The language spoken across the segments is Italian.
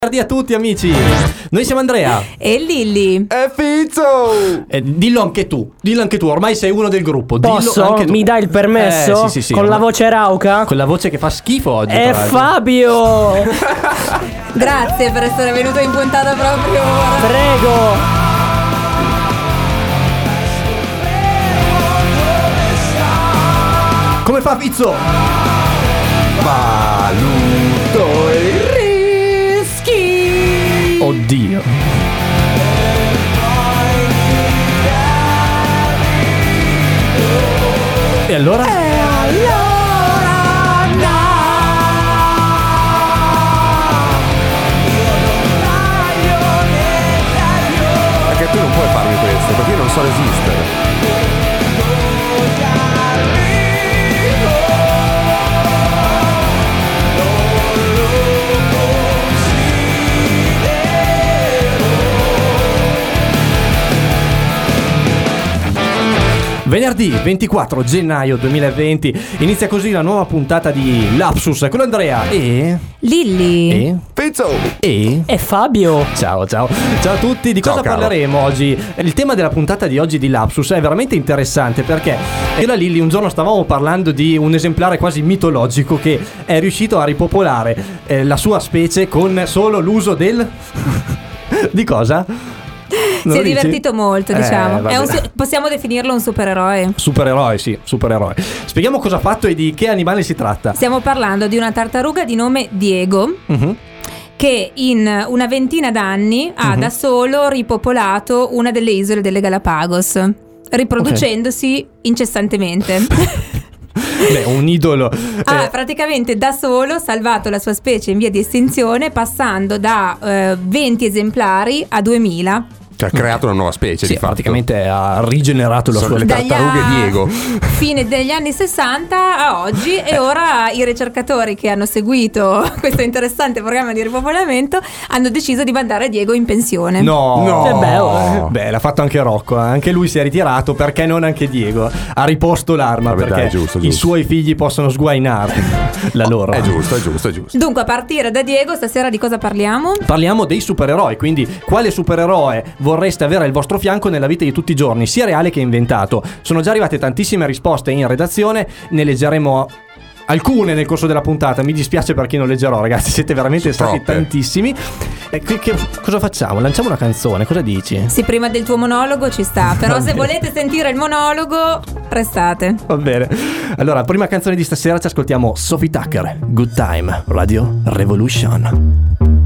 Buongiorno a tutti amici, noi siamo Andrea e Lilli e Fizzo. Dillo anche tu, ormai sei uno del gruppo. Posso? Anche tu. Mi dai il permesso? Sì, con la voce rauca? Con la voce che fa schifo oggi. È Fabio. Grazie per essere venuto in puntata proprio ora. Prego. Come fa Fizzo? Valuto i rischi. Oddio. E allora? Perché tu non puoi farmi questo, perché io non so resistere. Venerdì 24 gennaio 2020 inizia così la nuova puntata di Lapsus con Andrea e Lilli Fizzo e Fabio. Ciao a tutti. Di Ciao, cosa Carlo. parleremo oggi? Il tema della puntata di oggi di Lapsus è veramente interessante perché io e la Lilli un giorno stavamo parlando di un esemplare quasi mitologico che è riuscito a ripopolare la sua specie con solo l'uso del... di cosa? Non si lo è dici? divertito molto, diciamo. Vabbè. Possiamo definirlo un supereroe. Supereroe, sì, supereroe. Spieghiamo cosa ha fatto e di che animale si tratta. Stiamo parlando di una tartaruga di nome Diego, Mhm. che in una ventina d'anni ha da solo ripopolato una delle isole delle Galapagos, riproducendosi incessantemente. Beh, un idolo. Ha praticamente da solo salvato la sua specie in via di estinzione, passando da 20 esemplari a 2000. Cioè ha creato una nuova specie, Sì, di fatto. praticamente ha rigenerato la Sono sua le specie. tartarughe Diego. Fine degli anni 60 a oggi, e ora i ricercatori che hanno seguito questo interessante programma di ripopolamento hanno deciso di mandare Diego in pensione. No. Beh, l'ha fatto anche Rocco. Anche lui si è ritirato. Perché non anche Diego? Ha riposto l'arma. Vabbè, perché dai, giusto. i suoi figli possono sguainare la loro. È giusto. Dunque, a partire da Diego, stasera di cosa parliamo? Parliamo dei supereroi, quindi quale supereroe vorreste avere al vostro fianco nella vita di tutti i giorni, sia reale che inventato? Sono già arrivate tantissime risposte in redazione, ne leggeremo alcune nel corso della puntata. Mi dispiace per chi non leggerò, ragazzi, siete veramente stati Troppe. tantissimi. Cosa facciamo? Lanciamo una canzone, cosa dici? Sì, prima del tuo monologo ci sta, però se volete sentire il monologo, restate. Va bene. Allora, prima canzone di stasera ci ascoltiamo Sophie Tucker, Good Time, Radio Revolution.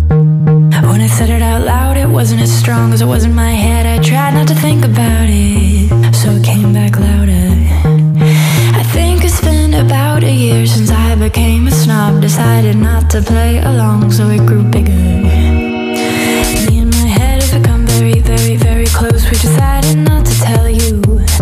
When I said it out loud, it wasn't as strong as it was in my head. I tried not to think about it, so it came back louder. I think it's been about a year since I became a snob. Decided not to play along, so it grew bigger. Me and my head have become very, very, very close. We decided not to tell you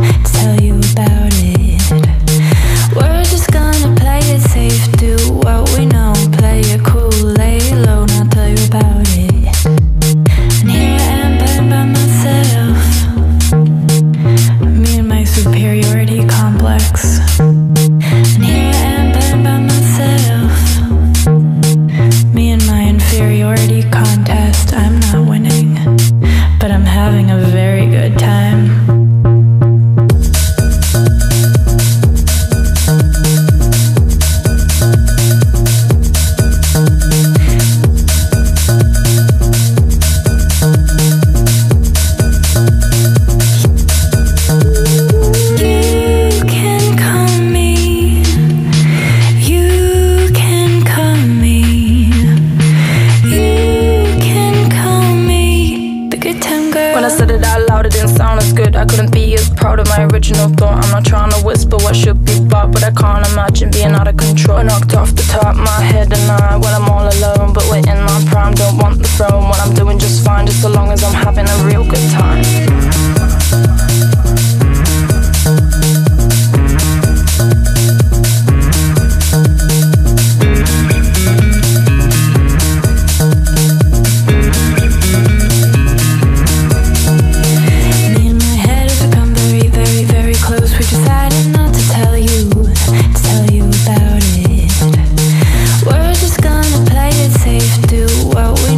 about it. We're just gonna play it safe, do what we know, play it cool, lay low, not tell you about it. And here I am by myself, me and my superiority complex. And here I am by myself, me and my inferiority contest. I'm not winning, but I'm having a very good time. I couldn't be as proud of my original thought. I'm not trying to whisper what should be bought, but I can't imagine being out of control. I knocked off the top of my head and when I'm all alone, but we're in my prime, don't want the throne. What I'm doing just fine, just so long as I'm having a real good time. What we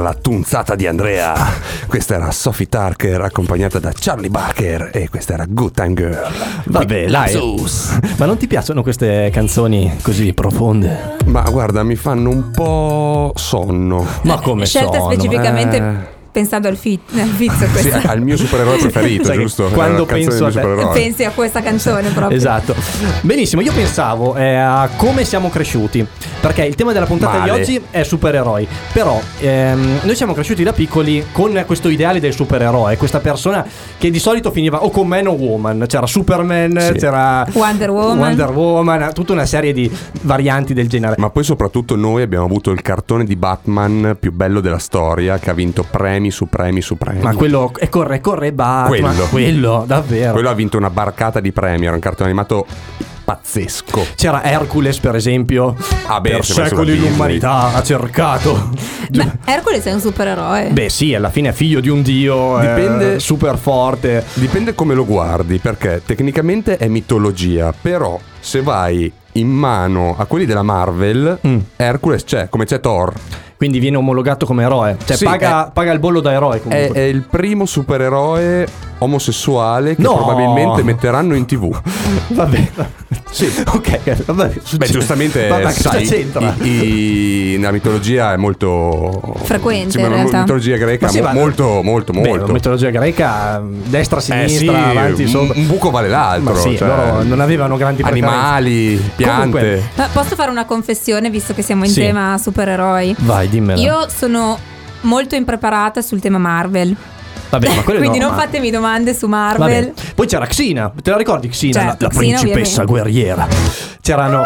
la tunzata di Andrea. Questa era Sophie Tucker accompagnata da Charlie Barker e questa era Good Time Girl. Vabbè, dai. Ma non ti piacciono queste canzoni così profonde? Ma guarda, mi fanno un po' sonno. Ma come Scelta sono? specificamente pensando al vizio Sì, questa. al mio supereroe preferito, Sai che giusto? quando Una canzone penso del a te- supereroe. Pensi a questa canzone proprio. Esatto. Benissimo, io pensavo a come siamo cresciuti, perché il tema della puntata Male. di oggi è supereroi. Però noi siamo cresciuti da piccoli con questo ideale del supereroe, questa persona che di solito finiva o con Man o Woman. C'era Superman, Sì. c'era Wonder Woman. tutta una serie di varianti del genere. Ma poi soprattutto noi abbiamo avuto il cartone di Batman più bello della storia, che ha vinto premi su premi su premi. Ma quello è corre Batman. Quello davvero. Quello ha vinto una barcata di premi, era un cartone animato pazzesco. C'era Hercules, per esempio. Ah, beh, per si è messo secoli la Disney. l'umanità ha cercato. Ma Hercules è un supereroe. Beh, sì, alla fine è figlio di un dio. Dipende- super forte. Dipende come lo guardi, perché tecnicamente è mitologia, però se vai in mano a quelli della Marvel, Hercules c'è, come c'è Thor. Quindi viene omologato come eroe. Cioè Sì, paga il bollo da eroe È comunque. il primo supereroe omosessuale che No! probabilmente metteranno in TV. Vabbè. Sì. Ok, vabbè. Beh, giustamente, Ma cosa sai, c'entra? nella mitologia è molto Frequente, sì, in ma la realtà. mitologia greca Ma sì, ma- molto. Beh, la mitologia greca, destra, sinistra, sì, avanti, sopra. un buco vale l'altro. Ma sì, cioè, loro non avevano grandi preferenze. animali, piante. Comunque- Ma posso fare una confessione, visto che siamo in Sì. tema supereroi? Vai, dimmelo. Io sono molto impreparata sul tema Marvel. Vabbè, ma quello è Quindi non normale. fatemi domande su Marvel. Vabbè. Poi c'era Xina, te la ricordi Xina? Certo, la Xina, principessa ovviamente. guerriera. C'erano.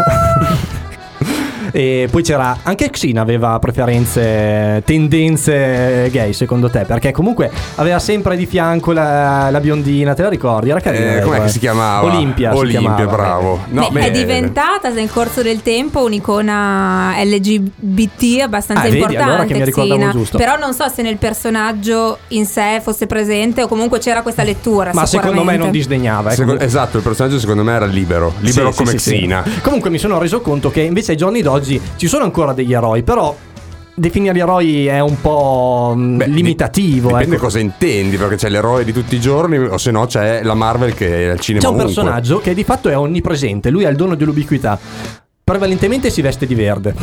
E poi c'era anche Xina aveva preferenze, tendenze gay secondo te? Perché comunque aveva sempre di fianco la biondina, te la ricordi? Era carina. Com'è che si chiamava? Olimpia. si Olimpia, chiamava. bravo. No, Beh, è diventata nel corso del tempo un'icona LGBT abbastanza vedi, importante. allora che mi ricordavo Xina. giusto. Però non so se nel personaggio in sé fosse presente o comunque c'era questa lettura. Ma secondo me non sicuramente. disdegnava. Esatto, il personaggio secondo me era libero Sì, come sì, sì, Xina. sì. Comunque mi sono reso conto che invece ai giorni d'oggi ci sono ancora degli eroi, però definire eroi è un po' Beh, limitativo. Dipende ecco. cosa intendi, perché c'è l'eroe di tutti i giorni, o se no c'è la Marvel che è al cinema C'è un ovunque. personaggio che di fatto è onnipresente, lui ha il dono dell'ubiquità. Prevalentemente si veste di verde.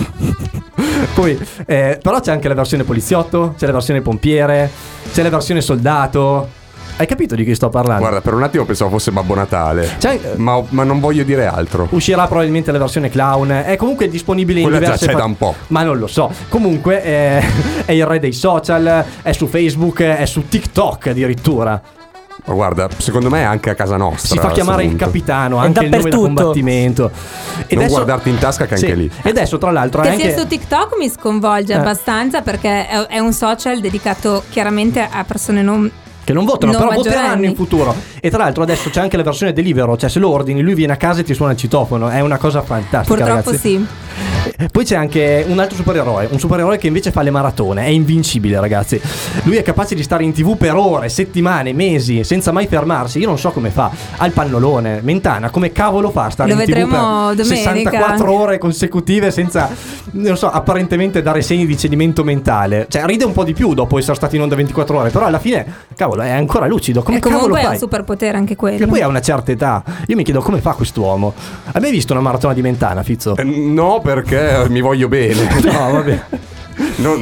Poi, però c'è anche la versione poliziotto, c'è la versione pompiere, c'è la versione soldato. Hai capito di chi sto parlando? Guarda, per un attimo pensavo fosse Babbo Natale, ma non voglio dire altro. Uscirà probabilmente la versione clown. È comunque disponibile in Quella già diverse c'è da un po'. Ma non lo so. Comunque è il re dei social, è su Facebook, è su TikTok addirittura. Ma guarda, secondo me è anche a casa nostra. Si fa a chiamare il questo punto. capitano, È anche il nome da dappertutto. combattimento. E Non guardarti in tasca che anche lì. E adesso tra l'altro è Che anche sia su TikTok mi sconvolge abbastanza perché è un social dedicato chiaramente a persone che non votano, non però voteranno maggiorenni. in futuro. E tra l'altro adesso c'è anche la versione Deliveroo, cioè se lo ordini lui viene a casa e ti suona il citofono. È una cosa fantastica, Purtroppo ragazzi. sì. Poi c'è anche un altro supereroe, un supereroe che invece fa le maratone, è invincibile, ragazzi. Lui è capace di stare in TV per ore, settimane, mesi, senza mai fermarsi. Io non so come fa. Ha il pannolone, Mentana, come cavolo fa a stare Lo in TV vedremo per domenica. 64 ore consecutive senza, non so, apparentemente dare segni di cedimento mentale. Cioè ride un po' di più dopo essere stato in onda 24 ore, però alla fine, cavolo, è ancora lucido. Come E cavolo comunque è fai? un superpotere anche E quello. poi ha una certa età. Io mi chiedo come fa quest'uomo. Hai mai visto una maratona di Mentana, Fizzo? No, perché mi voglio bene. No, vabbè. No.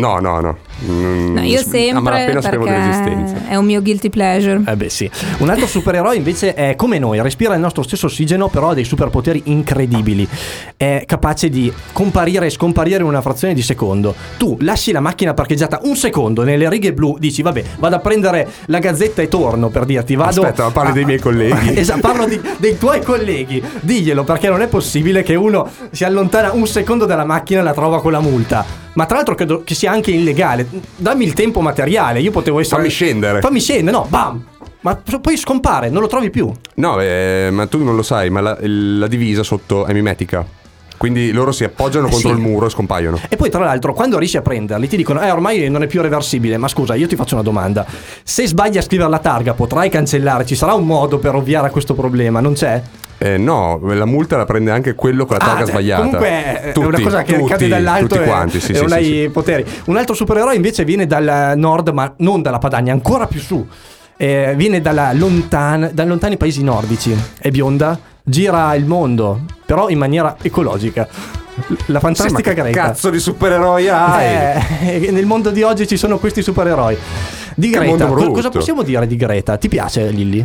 No, io A sempre malapena sapevo dell'esistenza. perché è un mio guilty pleasure. Eh beh sì. Un altro supereroe invece è come noi, respira il nostro stesso ossigeno, però ha dei superpoteri incredibili. È capace di comparire e scomparire in una frazione di secondo. Tu lasci la macchina parcheggiata un secondo nelle righe blu, dici vabbè, vado a prendere la gazzetta e torno, per dirti, vado. Aspetta, ma parli dei miei colleghi. Esatto, parlo dei tuoi colleghi. Diglielo, perché non è possibile che uno si allontana un secondo dalla macchina e la trova con la multa. Ma tra l'altro credo che sia anche illegale. Dammi il tempo materiale. Io potevo essere. Fammi scendere, no, bam. Ma poi scompare, non lo trovi più. No, ma tu non lo sai, ma la divisa sotto è mimetica. Quindi loro si appoggiano contro sì. il muro e scompaiono. E poi tra l'altro quando riesci a prenderli ti dicono ormai non è più reversibile. Ma scusa, io ti faccio una domanda. Se sbagli a scrivere la targa potrai cancellare. Ci sarà un modo per ovviare a questo problema? Non c'è? No, la multa la prende anche quello con la targa sbagliata. Comunque è una cosa che cade dall'alto tutti quanti, sì, e non sì, hai sì. poteri. Un altro supereroe invece viene dal nord, ma non dalla Padania, ancora più su. Viene da lontani paesi nordici. È bionda, gira il mondo, però in maniera ecologica. La fantastica Che Greta. cazzo di supereroi hai? Nel mondo di oggi ci sono questi supereroi. Di Che Greta, mondo brutto. cosa possiamo dire di Greta? Ti piace, Lilli?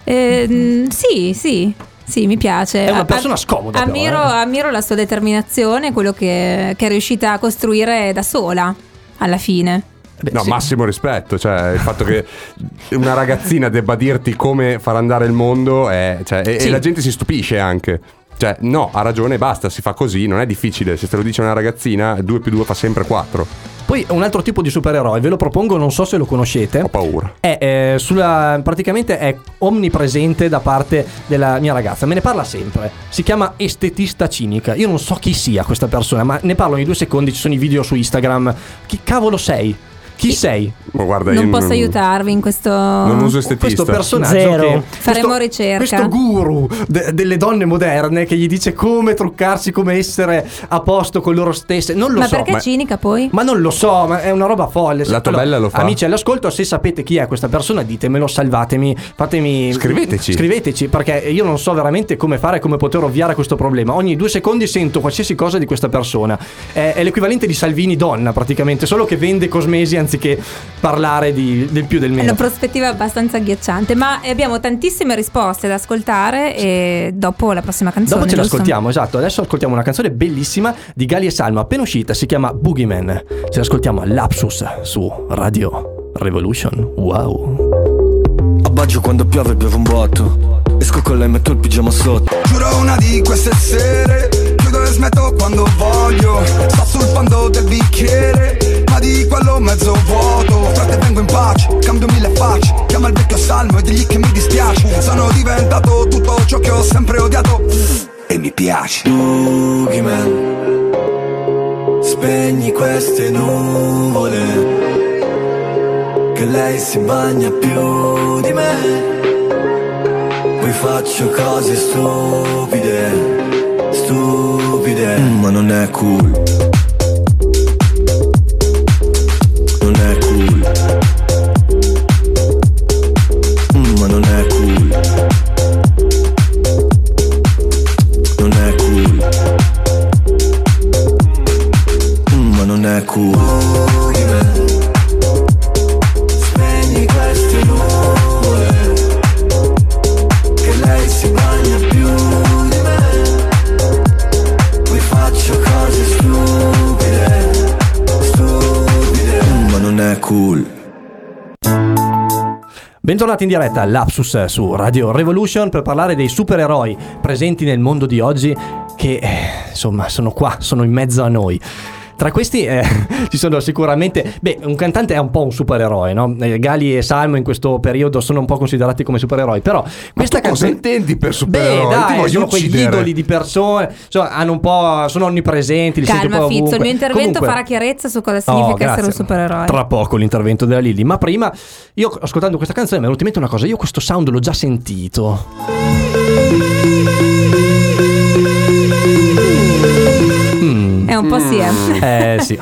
Sì, mi piace. È una persona scomoda, però, Ammiro la sua determinazione, quello che è riuscita a costruire da sola alla fine. No, sì. massimo rispetto, cioè il fatto che una ragazzina debba dirti come far andare il mondo e la gente si stupisce anche. Cioè, no, ha ragione, basta, si fa così, non è difficile. Se te lo dice una ragazzina, 2 più 2 fa sempre 4. Poi un altro tipo di supereroe, ve lo propongo, non so se lo conoscete. Ho paura. Praticamente è omnipresente da parte della mia ragazza. Me ne parla sempre. Si chiama estetista cinica. Io non so chi sia questa persona, ma ne parlo in 2 secondi. Ci sono i video su Instagram. Chi cavolo sei? Chi sei? Ma guarda, Non io posso aiutarvi in questo. Non uso estetista. Questo personaggio Zero. che Faremo ricerca. Questo guru delle donne moderne che gli dice come truccarsi, come essere a posto con loro stesse. Non lo Ma so. perché cinica poi? Ma non lo so, ma è una roba folle. La tua bella lo fa. Amici all'ascolto, se sapete chi è questa persona, ditemelo, salvatemi, fatemi. Scriveteci, perché io non so veramente come fare, come poter ovviare a questo problema. Ogni 2 secondi sento qualsiasi cosa di questa persona. È l'equivalente di Salvini donna, praticamente, solo che vende cosmesi anziché parlare del più del È meno. una prospettiva abbastanza agghiacciante, ma abbiamo tantissime risposte da ascoltare e dopo la prossima canzone. Dopo ce giusto? l'ascoltiamo, esatto. Adesso ascoltiamo una canzone bellissima di Gali e Salmo, appena uscita, si chiama Boogeyman. Ce l'ascoltiamo a Lapsus su Radio Revolution. Wow. A Baggio quando piove un botto. Esco con lei, metto il pigiama sotto. Giuro una di queste sere, chiudo e smetto quando voglio. Sto sul fondo del bicchiere, ma di quello mezzo vuoto. Frate vengo in pace, cambio 1000 facce. Chiama il vecchio Salmo e digli che mi dispiace. Sono diventato tutto ciò che ho sempre odiato e mi piace. Boogeyman, spegni queste nuvole, che lei si bagna più di me. Poi faccio cose stupide, ma non è cool. Non è cool. Ma non è cool. Non è cool. Ma non è cool. Spegni queste nuvole, che lei si bagna più di me. Poi faccio cose stupide, ma non è cool. Bentornati in diretta all'Apsus su Radio Revolution per parlare dei supereroi presenti nel mondo di oggi che insomma sono qua, sono in mezzo a noi. Tra questi ci sono sicuramente, un cantante è un po' un supereroe, no? Gali e Salmo in questo periodo sono un po' considerati come supereroi, però questa cosa canzone intendi per supereroi? Ti dai, voglio sono quegli uccidere. idoli di persone, insomma, hanno un po', sono onnipresenti, li senti un Calma po' Fizzo, il ovunque. mio intervento Comunque, farà chiarezza su cosa significa essere un supereroe. tra poco l'intervento della Lilli, ma prima io ascoltando questa canzone mi è venuto in mente una cosa, io questo sound l'ho già sentito. È un po' sì, Sì.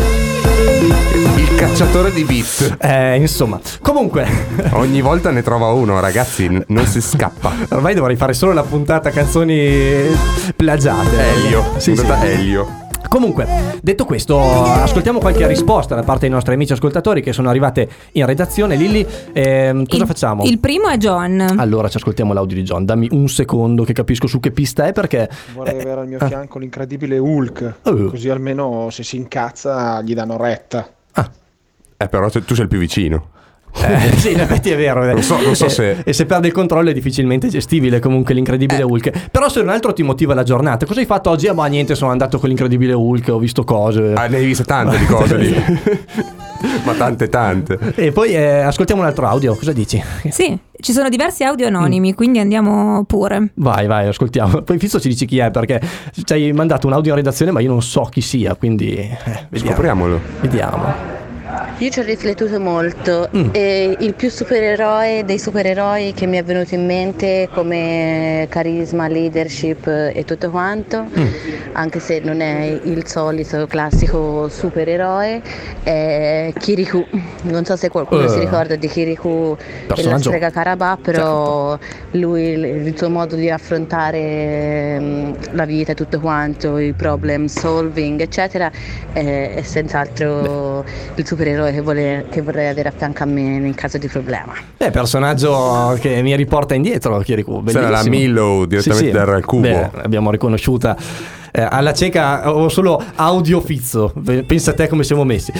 Il cacciatore di beat. Insomma, comunque Ogni volta ne trova uno, ragazzi, non si scappa. ormai dovrei fare solo la puntata canzoni plagiate. Elio, Sì, sì. Elio. Comunque, detto questo, ascoltiamo qualche risposta da parte dei nostri amici ascoltatori che sono arrivate in redazione. Lilli, cosa facciamo? Il primo è John. Allora ci ascoltiamo l'audio di John. Dammi un secondo che capisco su che pista è, perché Vorrei avere al mio fianco l'incredibile Hulk, così almeno se si incazza gli danno retta. Però tu sei il più vicino. sì, in effetti è vero. Non so se. E se perde il controllo è difficilmente gestibile comunque l'incredibile Hulk. Però se un altro ti motiva la giornata, cosa hai fatto oggi? Ma niente, sono andato con l'incredibile Hulk, ho visto cose. Ne hai viste tante di cose lì. Ma tante. E poi ascoltiamo un altro audio, cosa dici? Sì, ci sono diversi audio anonimi, quindi andiamo pure. Vai, ascoltiamo. Poi Fizzo ci dici chi è, perché ci hai mandato un audio in redazione ma io non so chi sia, quindi vediamo. Scopriamolo. Vediamo. Io ci ho riflettuto molto e il più supereroe dei supereroi che mi è venuto in mente come carisma, leadership e tutto quanto, anche se non è il solito classico supereroe, è Kirikou. Non so se qualcuno si ricorda di Kirikou e la strega Karabà, però lui, il suo modo di affrontare la vita e tutto quanto, i problem solving eccetera, è senz'altro il supereroe che vorrei avere a fianco a me in caso di problema. Personaggio che mi riporta indietro, Kirikou. Sarà la Milo direttamente dal cubo. Beh, l'abbiamo riconosciuta. Alla cieca ho solo audio Fizzo. Pensa a te come siamo messi.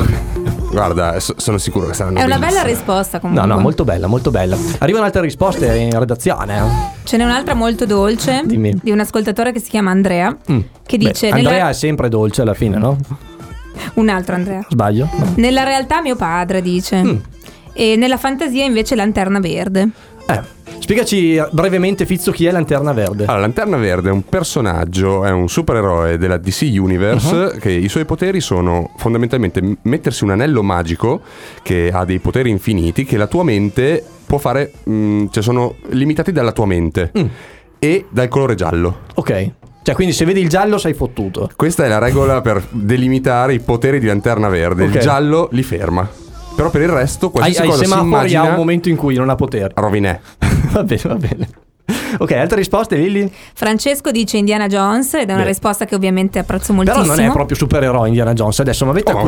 Guarda, sono sicuro che saranno È una bellissime. bella risposta comunque. No, molto bella, molto bella. Arrivano altre risposte in redazione. Ce n'è un'altra molto dolce. Dimmi. Di un ascoltatore che si chiama Andrea, che dice Andrea è sempre dolce alla fine, no? Un altro Andrea. Sbaglio? No. Nella realtà mio padre dice. E nella fantasia invece Lanterna Verde. Spiegaci brevemente, Fizzo, chi è Lanterna Verde? Allora, Lanterna Verde è un personaggio, è un supereroe della DC Universe, che i suoi poteri sono fondamentalmente mettersi un anello magico che ha dei poteri infiniti che la tua mente può fare, cioè sono limitati dalla tua mente e dal colore giallo. Ok. Cioè, quindi se vedi il giallo sei fottuto. Questa è la regola per delimitare i poteri di Lanterna Verde. Ok. Il giallo li ferma. Però per il resto qualsiasi cosa si semafori immagina ha un momento in cui non ha poteri. rovinè. Va bene. Ok, altre risposte, Lilli? Francesco dice Indiana Jones ed è una risposta che ovviamente apprezzo moltissimo. Però non è proprio supereroe Indiana Jones. Adesso mi avete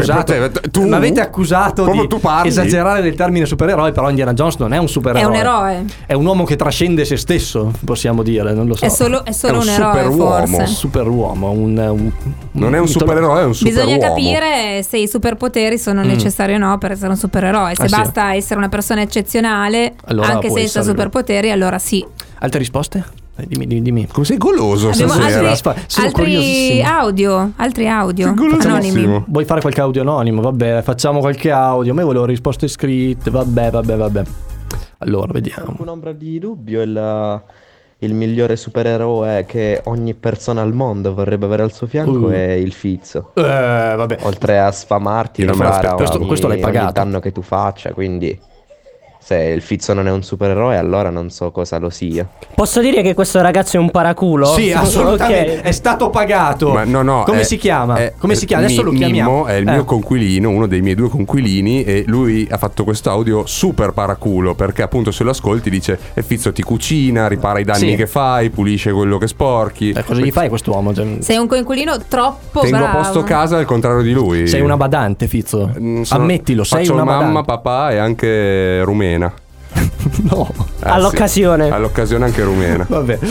accusato proprio di tu parli. esagerare del termine supereroe. Però Indiana Jones non è un supereroe. È un eroe. È un uomo che trascende se stesso, possiamo dire, non lo so. È solo un eroe, superuomo. forse. Superuomo, non è un supereroe, è un superuomo. Bisogna capire se i superpoteri sono necessari o no per essere un supereroe. Se basta essere una persona eccezionale, allora anche senza superpoteri, allora sì. Altre risposte? Dimmi. Come sei goloso Abbiamo stasera? altri audio anonimi. Vuoi fare qualche audio anonimo? Vabbè, facciamo qualche audio. Ma io volevo risposte scritte. Vabbè. Allora, vediamo. Un'ombra di dubbio il migliore supereroe che ogni persona al mondo vorrebbe avere al suo fianco è il Fizzo. Vabbè. Oltre a sfamarti Io non me ogni, questo l'hai ogni pagato. danno che tu faccia, quindi se il Fizzo non è un supereroe, allora non so cosa lo sia. Posso dire che questo ragazzo è un paraculo? Sì, assolutamente. Ok. È stato pagato. Ma no, Come si chiama? Come si chiama? Adesso lo chiamiamo. Mimmo è il mio conquilino, uno dei miei 2 conquilini, e lui ha fatto questo audio super paraculo perché appunto se lo ascolti dice Fizzo ti cucina, ripara i danni che fai, pulisce quello che sporchi. Cosa gli fai quest'uomo? Sei un coinquilino troppo Tengo bravo. a posto casa al contrario di lui. Sei una badante, Fizzo. Ammettilo, sei faccio una mamma, badante. papà e anche rumena. No. All'occasione. Sì. All'occasione anche rumena. Vabbè.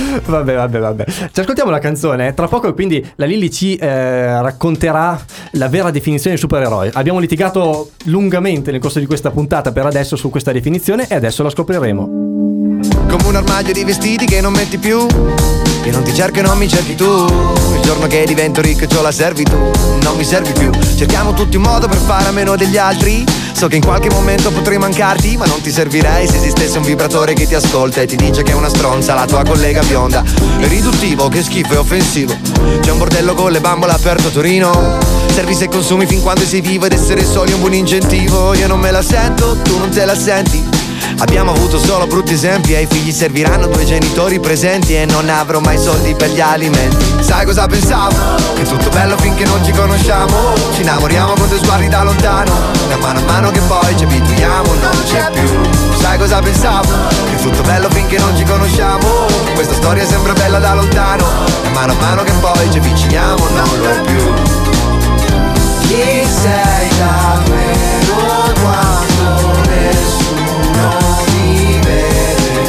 Ci ascoltiamo la canzone. Tra poco quindi la Lilli ci racconterà la vera definizione di supereroe. Abbiamo litigato lungamente nel corso di questa puntata per adesso su questa definizione e adesso la scopriremo. Come un armadio di vestiti che non metti più, che non ti cerco e non mi cerchi tu. Il giorno che divento ricco e c'ho la servitù, non mi servi più. Cerchiamo tutti un modo per fare a meno degli altri. So che in qualche momento potrei mancarti, ma non ti servirei se esistesse un vibratore che ti ascolta e ti dice che è una stronza la tua collega bionda. È riduttivo, che schifo, è offensivo. C'è un bordello con le bambole aperto a Torino. Servi se consumi fin quando sei vivo ed essere soli è un buon incentivo. Io non me la sento, tu non te la senti. Abbiamo avuto solo brutti esempi e ai figli serviranno 2 genitori presenti e non avrò mai soldi per gli alimenti. Sai cosa pensavo? Che è tutto bello finché non ci conosciamo. Ci innamoriamo con 2 sguardi da lontano e a mano che poi ci abituiamo non c'è più. Sai cosa pensavo? Che è tutto bello finché non ci conosciamo. Questa storia sembra bella da lontano e a mano che poi ci avviciniamo non lo è più. Chi sei davvero quando nessuno ti vede?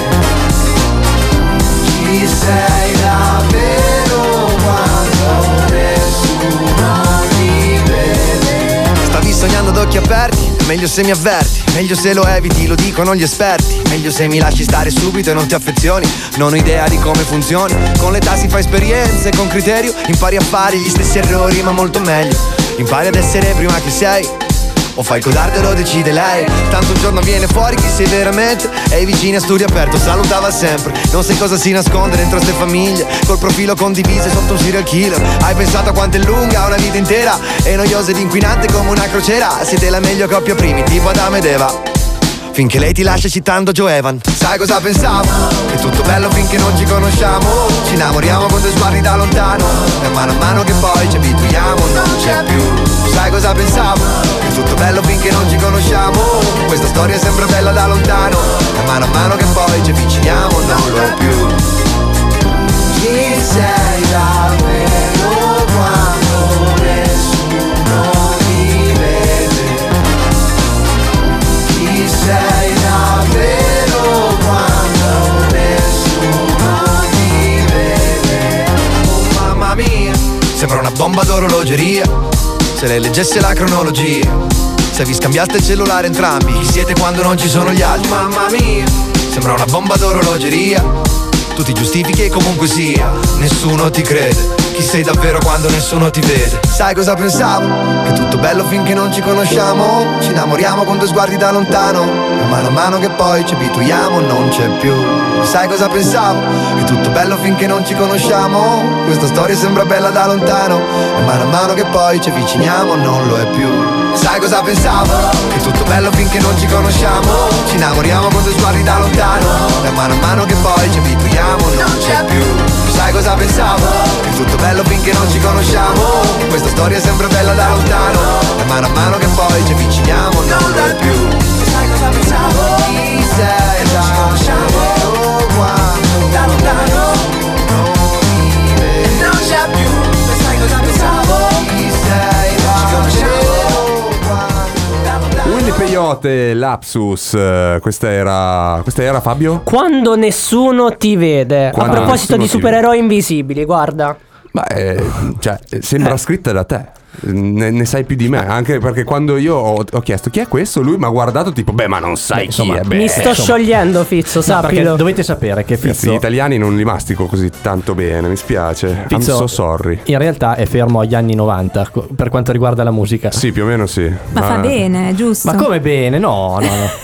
Chi sei davvero quando nessuno ti vede? Stavi sognando ad occhi aperti? Meglio se mi avverti, meglio se lo eviti, lo dicono gli esperti. Meglio se mi lasci stare subito e non ti affezioni. Non ho idea di come funzioni. Con l'età si fa esperienze, con criterio impari a fare gli stessi errori ma molto meglio. Impari ad essere prima che sei o fai codardo lo decide lei. Tanto un giorno viene fuori chi sei veramente e i vicini a studio aperto salutava sempre. Non sai cosa si nasconde dentro ste famiglie, col profilo condiviso sotto un serial killer. Hai pensato a quanto è lunga una vita intera e noiosa ed inquinante come una crociera. Siete la meglio coppia primitiva Adamo ed Eva, finché lei ti lascia citando Joe Evan. Sai cosa pensavo? Che è tutto bello finché non ci conosciamo. Ci innamoriamo con due sguardi da lontano e a mano che poi ci abituiamo non c'è più. Sai cosa pensavo? Che è tutto bello finché non ci conosciamo. Questa storia è sempre bella da lontano e a mano che poi ci avviciniamo non lo è più. Chi sei davvero quando nessuno ti vede? Chi sei davvero quando nessuno ti vede? Oh mamma mia, sembra una bomba d'orologeria, se lei leggesse la cronologia. Se vi scambiaste il cellulare entrambi, chi siete quando non ci sono gli altri? Mamma mia, sembra una bomba d'orologeria. Tu ti giustifichi e comunque sia, nessuno ti crede. Chi sei davvero quando nessuno ti vede? Sai cosa pensavo? Che è tutto bello finché non ci conosciamo. Ci innamoriamo con due sguardi da lontano e a mano che poi ci abituiamo non c'è più. Sai cosa pensavo? Che è tutto bello finché non ci conosciamo. Questa storia sembra bella da lontano e a mano che poi ci avviciniamo non lo è più. Sai cosa pensavo? Che è tutto bello finché non ci conosciamo. Ci innamoriamo con due sguardi da lontano e a mano che poi ci abituiamo non c'è più. Sai cosa pensavo? Che è tutto bello finché non ci conosciamo. Questa storia è sempre bella da lontano e a mano che poi ci avviciniamo non lo è più. Sai cosa pensavo? Chi sei davvero quando da lontano non mi vedi? Non c'è più. Sai cosa pensavo? Chi sei davvero quando da lontano. Willy Peyote, Lapsus, questa era Fabio? Quando nessuno ti vede. Quando A proposito di supereroi invisibili, guarda. Ma sembra scritta da te. Ne sai più di me, anche perché quando io ho chiesto chi è questo, lui mi ha guardato tipo ma non sai chi è. Mi sto sciogliendo, Fizzo, sappilo. Perché dovete sapere che Fizzo, gli italiani non li mastico così tanto bene, mi spiace. Fizzo, I'm so sorry. In realtà è fermo agli anni 90 per quanto riguarda la musica. Sì, più o meno sì. Ma fa bene, giusto? Ma come bene? No.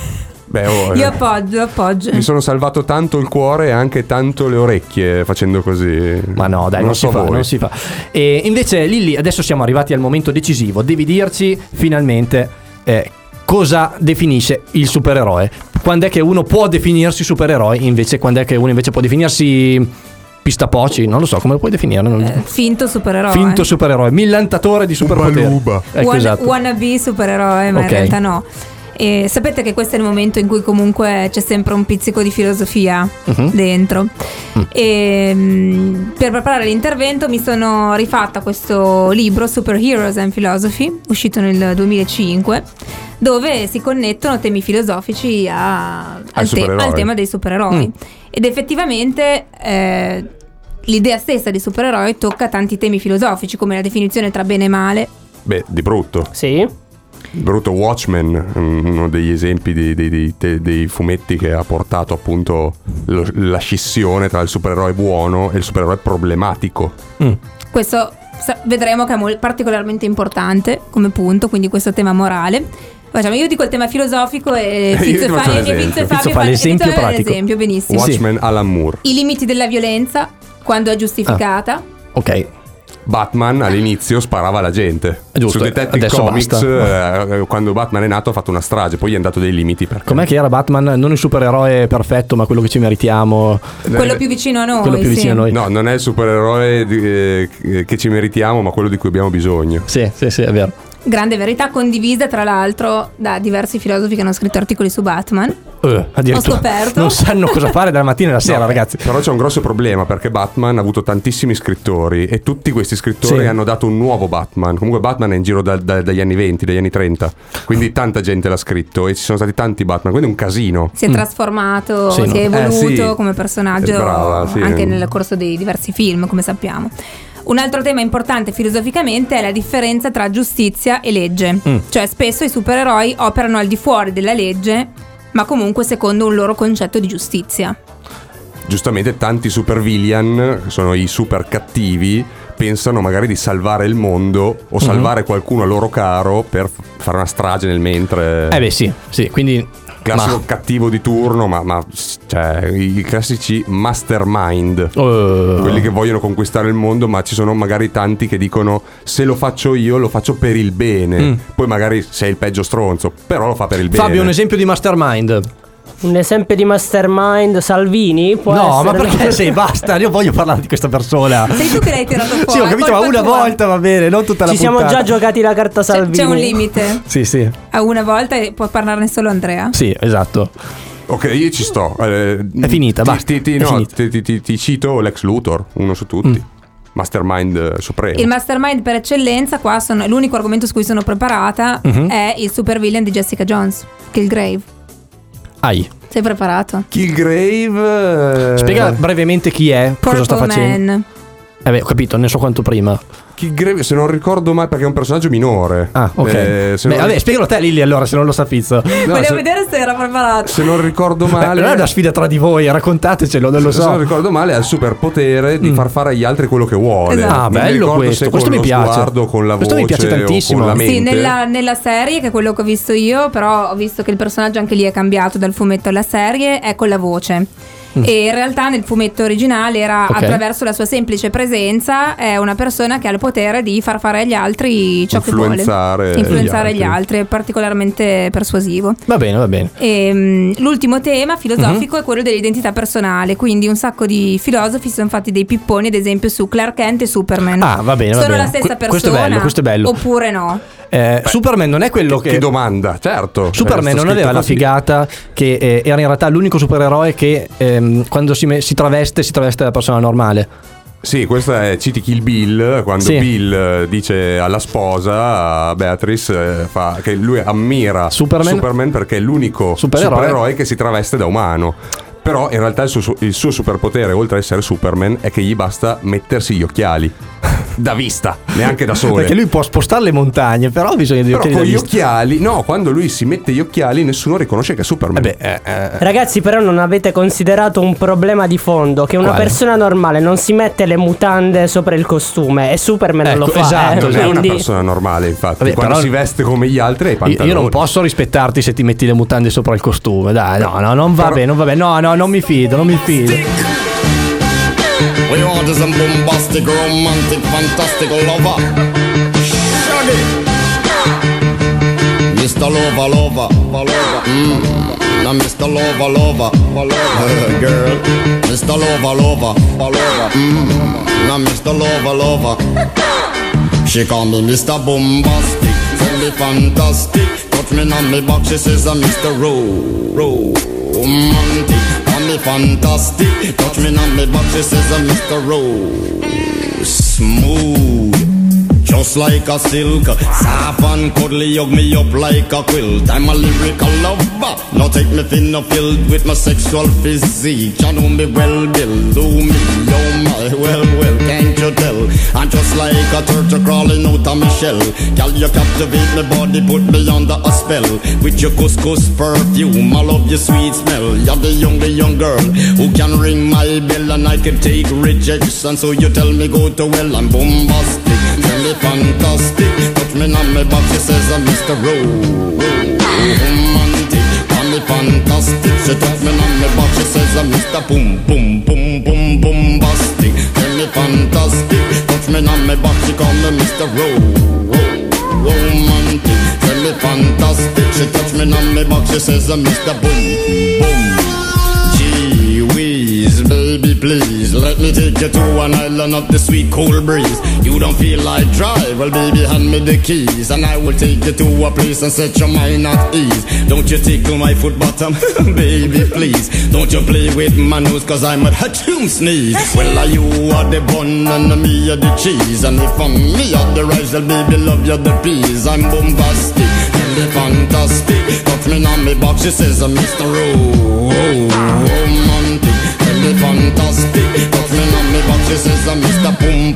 Io appoggio. Mi sono salvato tanto il cuore e anche tanto le orecchie facendo così. Ma no, dai, non si fa. E invece Lilli, adesso siamo arrivati al momento decisivo. Devi dirci finalmente cosa definisce il supereroe. Quando è che uno può definirsi supereroe, invece quando è che uno invece può definirsi pistapoci, non lo so come lo puoi definire. Finto supereroe. Finto supereroe, millantatore di superpoteri. Esatto. Wannabe supereroe, ma in realtà no. E sapete che questo è il momento in cui comunque c'è sempre un pizzico di filosofia dentro. E per preparare l'intervento mi sono rifatta questo libro Superheroes and Philosophy, uscito nel 2005, dove si connettono temi filosofici al tema dei supereroi. Ed effettivamente l'idea stessa di supereroi tocca tanti temi filosofici, come la definizione tra bene e male. Beh, di brutto. Sì. Brutto Watchmen, uno degli esempi dei fumetti che ha portato appunto la scissione tra il supereroe buono e il supereroe problematico. Questo vedremo che è particolarmente importante come punto, quindi questo tema morale. Facciamo, io dico il tema filosofico e Fizzo fa l'esempio pratico. L'esempio, benissimo. Watchmen, Alan Moore. I limiti della violenza quando è giustificata. Ok. Batman all'inizio sparava alla gente. Giusto, su Detective Comics quando Batman è nato ha fatto una strage, poi gli è andato dei limiti perché... Com'è che era Batman? Non il supereroe perfetto, ma quello che ci meritiamo, quello più vicino a noi. Quello più vicino a noi. No, non è il supereroe che ci meritiamo, ma quello di cui abbiamo bisogno. Sì, è vero. Grande verità condivisa tra l'altro da diversi filosofi che hanno scritto articoli su Batman. Ho scoperto. Non sanno cosa fare dalla mattina alla sera, ragazzi. Però c'è un grosso problema, perché Batman ha avuto tantissimi scrittori e tutti questi scrittori hanno dato un nuovo Batman. Comunque Batman è in giro dagli anni 20, dagli anni 30, quindi tanta gente l'ha scritto e ci sono stati tanti Batman, quindi è un casino. Si è trasformato, si è evoluto come personaggio anche nel corso dei diversi film, come sappiamo. Un altro tema importante filosoficamente è la differenza tra giustizia e legge. Cioè spesso i supereroi operano al di fuori della legge, ma comunque secondo un loro concetto di giustizia. giustamente tanti super villain, che sono i super cattivi, pensano magari di salvare il mondo o salvare qualcuno a loro caro per fare una strage nel mentre. Sì, quindi classico cattivo di turno, ma cioè i classici mastermind, quelli che vogliono conquistare il mondo, ma ci sono magari tanti che dicono se lo faccio io lo faccio per il bene. Poi magari sei il peggio stronzo, però lo fa per il bene. Fabio, un esempio di mastermind. Un esempio di mastermind, Salvini? Può no, essere... ma perché sei? Basta, io voglio parlare di questa persona. Sei tu che l'hai tirato fuori. Sì, ho capito, ma una volta va bene, non tutta la Ci puntata. siamo già giocati la carta Salvini. C'è un limite. Sì. A una volta e può parlarne solo Andrea. Sì, esatto. Ok, io ci sto. È finita, basta. Ti cito Lex Luthor, uno su tutti. Mastermind supremo. Il mastermind per eccellenza, qua l'unico argomento su cui sono preparata è il super villain di Jessica Jones, Killgrave. Sei preparato? Killgrave. Spiega brevemente chi è, cosa sta facendo. Man. Ho capito, ne so quanto prima. Killgrave, se non ricordo mai, perché è un personaggio minore. Ah, ok. Spiegalo te, Lilli, allora, se non lo sa Fizzo. Volevo vedere se era preparato. Se non ricordo male. Non è una sfida tra di voi, raccontatecelo, non lo so. Se non ricordo male, ha il superpotere di far fare agli altri quello che vuole. Esatto. Ah, bello questo. Questo mi piace. Sguardo, con la questo voce, mi piace tantissimo. O con la mente. Sì, nella serie, che è quello che ho visto io, però ho visto che il personaggio anche lì è cambiato dal fumetto alla serie, è con la voce. E in realtà nel fumetto originale era attraverso la sua semplice presenza, è una persona che ha il potere di far fare agli altri ciò che vuole, influenzare gli altri, è particolarmente persuasivo. Va bene. E, l'ultimo tema filosofico è quello dell'identità personale, quindi un sacco di filosofi sono fatti dei pipponi, ad esempio su Clark Kent e Superman. Va bene. Sono la stessa persona? Questo è bello. Oppure no? Superman non è quello che domanda, certo. Superman non aveva la figata che era in realtà l'unico supereroe che quando si traveste da persona normale. Sì, questa è citi Kill Bill, quando Bill dice alla sposa, a Beatrice, che lui ammira Superman perché è l'unico supereroe che si traveste da umano. Però in realtà il suo superpotere, oltre a essere Superman, è che gli basta mettersi gli occhiali da vista, neanche da sole. Perché lui può spostare le montagne, però ha bisogno di occhiali da vista. Con gli occhiali, no, quando lui si mette gli occhiali nessuno riconosce che è Superman. Ragazzi, però non avete considerato un problema di fondo, che una persona normale non si mette le mutande sopra il costume e Superman non lo fa. Esatto, non è una persona normale, infatti. Quando si veste come gli altri ai pantaloni. Io non posso rispettarti se ti metti le mutande sopra il costume. Dai, no, non va bene. No, non mi fido. We want is a bombastic, romantic, fantastic lover. Shaggy, Mr. Lover. Now Mr. Lover. Girl, Mr. Lover. Now Mr. Lover. She call me Mr. Bombastic, tell me fantastic. Touch me on me back, she says I'm Mr. Romantic. Me fantastic, touch me on me back, she says I'm Mr. Rose. Smooth, just like a silk, soft and cuddly, hug me up like a quilt. I'm a lyrical lover, now take me thin or filled with my sexual physique. You know me well, Bill, do me, oh my, well, can't you tell? I'm just like a turtle crawling out of my shell. Girl, you captivate my body, put me under a spell. With your couscous perfume, I love your sweet smell. You're the young girl who can ring my bell, and I can take rejection. So you tell me go to well, I'm bombastic, tell me fantastic. Touch me on my back, she says I'm Mr. Romantic. Call me fantastic. She touch me on my back, she says I'm Mr. Bombastic. Tell me fantastic. Touch me on my back, she call me Mr. Romantic. Tell me fantastic. She touch me on my back, she says I'm Mr. Boom. Gee whiz, baby please, let me take you to an island of the sweet cool breeze. You don't feel like drive, well baby hand me the keys, and I will take you to a place and set your mind at ease. Don't you tickle my foot bottom, baby please. Don't you play with my nose, cause I'm a hatchoon sneeze. Well you are the bun and me are the cheese, and if I'm me are the rice, well baby love you the peas. I'm bombastic, really fantastic. Touch me on me box, she says I'm Mr. Romantic. Really fantastic. Touch me on me box, she says I'm Mr.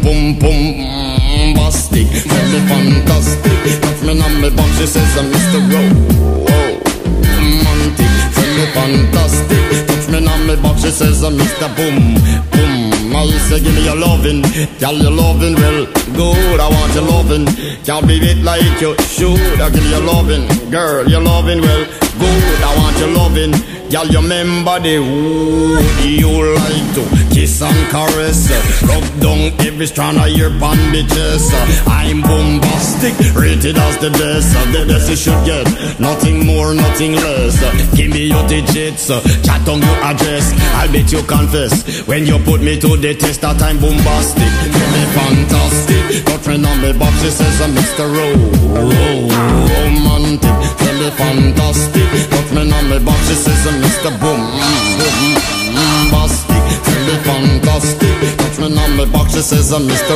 Bombastic. Really fantastic. Touch me on me box, she says I'm Mr. Romantic. me fantastic. Touch me on me back, she says, Mr. Boom, boom. I say, give me your lovin', girl, your lovin' well good. I want your lovin', can't be it like you should. I give me your lovin', girl, your lovin' well good. I want your lovin', girl, you remember the wood you like to kiss and caress. Rub down every strand of your bandages. I'm bombastic, rated as the best. The best you should get, nothing more, nothing less. Give me your digits, chat on your address. I'll bet you confess when you put me to the test that I'm bombastic. Give me fantastic, got friend on me box, she says Mr. Romantic. Tell me fantastic, got friend on me box, she says Mr. Bombastic. Tell me fantastic, got friend on me box, she says Mr.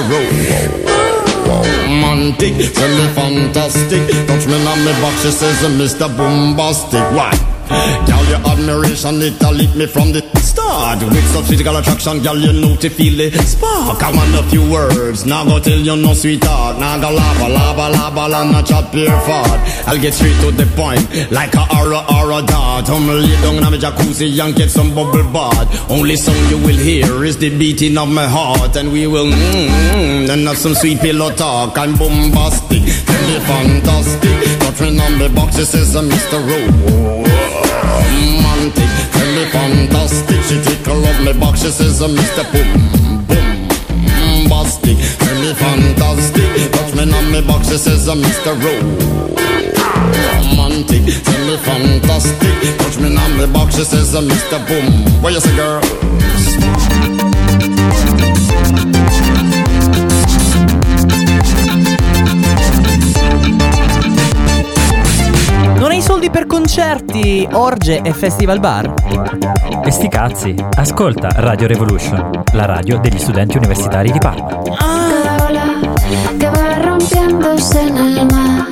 Romantic. Tell me fantastic, touch me on me box, she says Mr. Bombastic. Why? Girl, your admiration, it lit me from the start. With such physical attraction, girl, you know to feel the spark. I want a few words, now go tell you no sweetheart. Now go lava, not chat pure fart. I'll get straight to the point, like a aura dart. I'm lay down in my jacuzzi and get some bubble bath. Only song you will hear is the beating of my heart. And we will and have some sweet pillow talk. I'm bombastic, tell me fantastic. Got friend on the box, she says Mr. Romantic, tell me fantastic. She tickle up my box, she says Mr. Bombastic. Tell me fantastic, touch me on my box, she says Mr. Romantic. Tell me fantastic, touch me on my box, she says Mr. Boom. What you say, girl? Non hai soldi per concerti, orge e festival bar? E sti cazzi, ascolta Radio Revolution, la radio degli studenti universitari di Parma. Cada ola que va rompiéndose en el mar.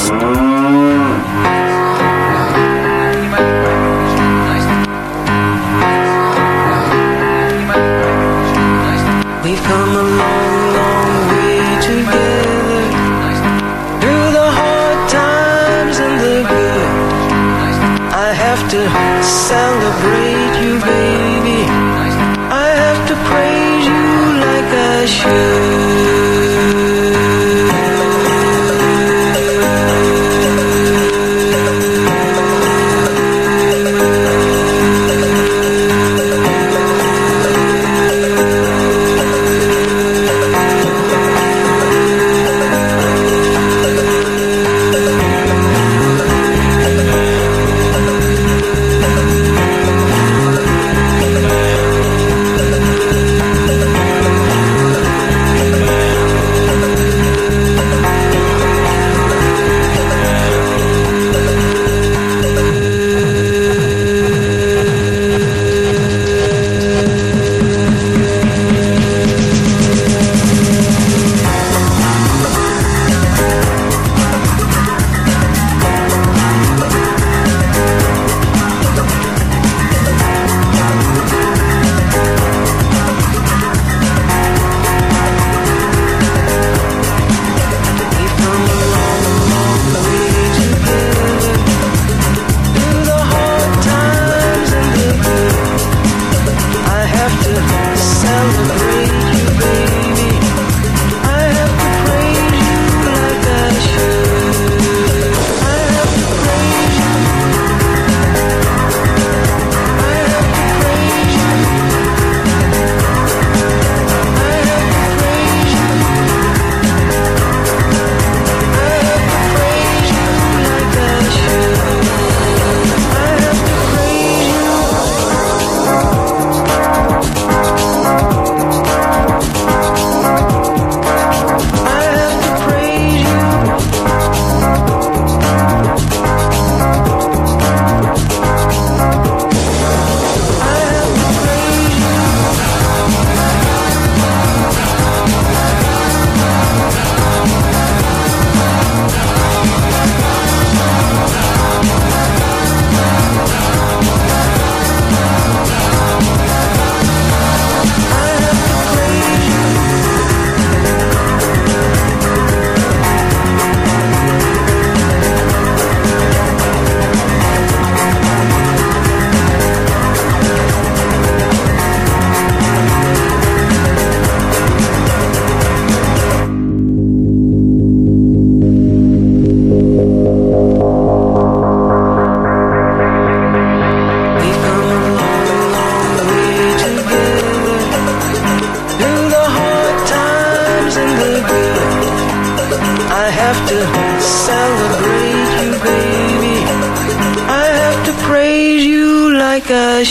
We've come a long, long way together, through the hard times and the good. I have to celebrate you, baby. I have to praise you like I should. have to celebrate you, baby. I have to praise you like I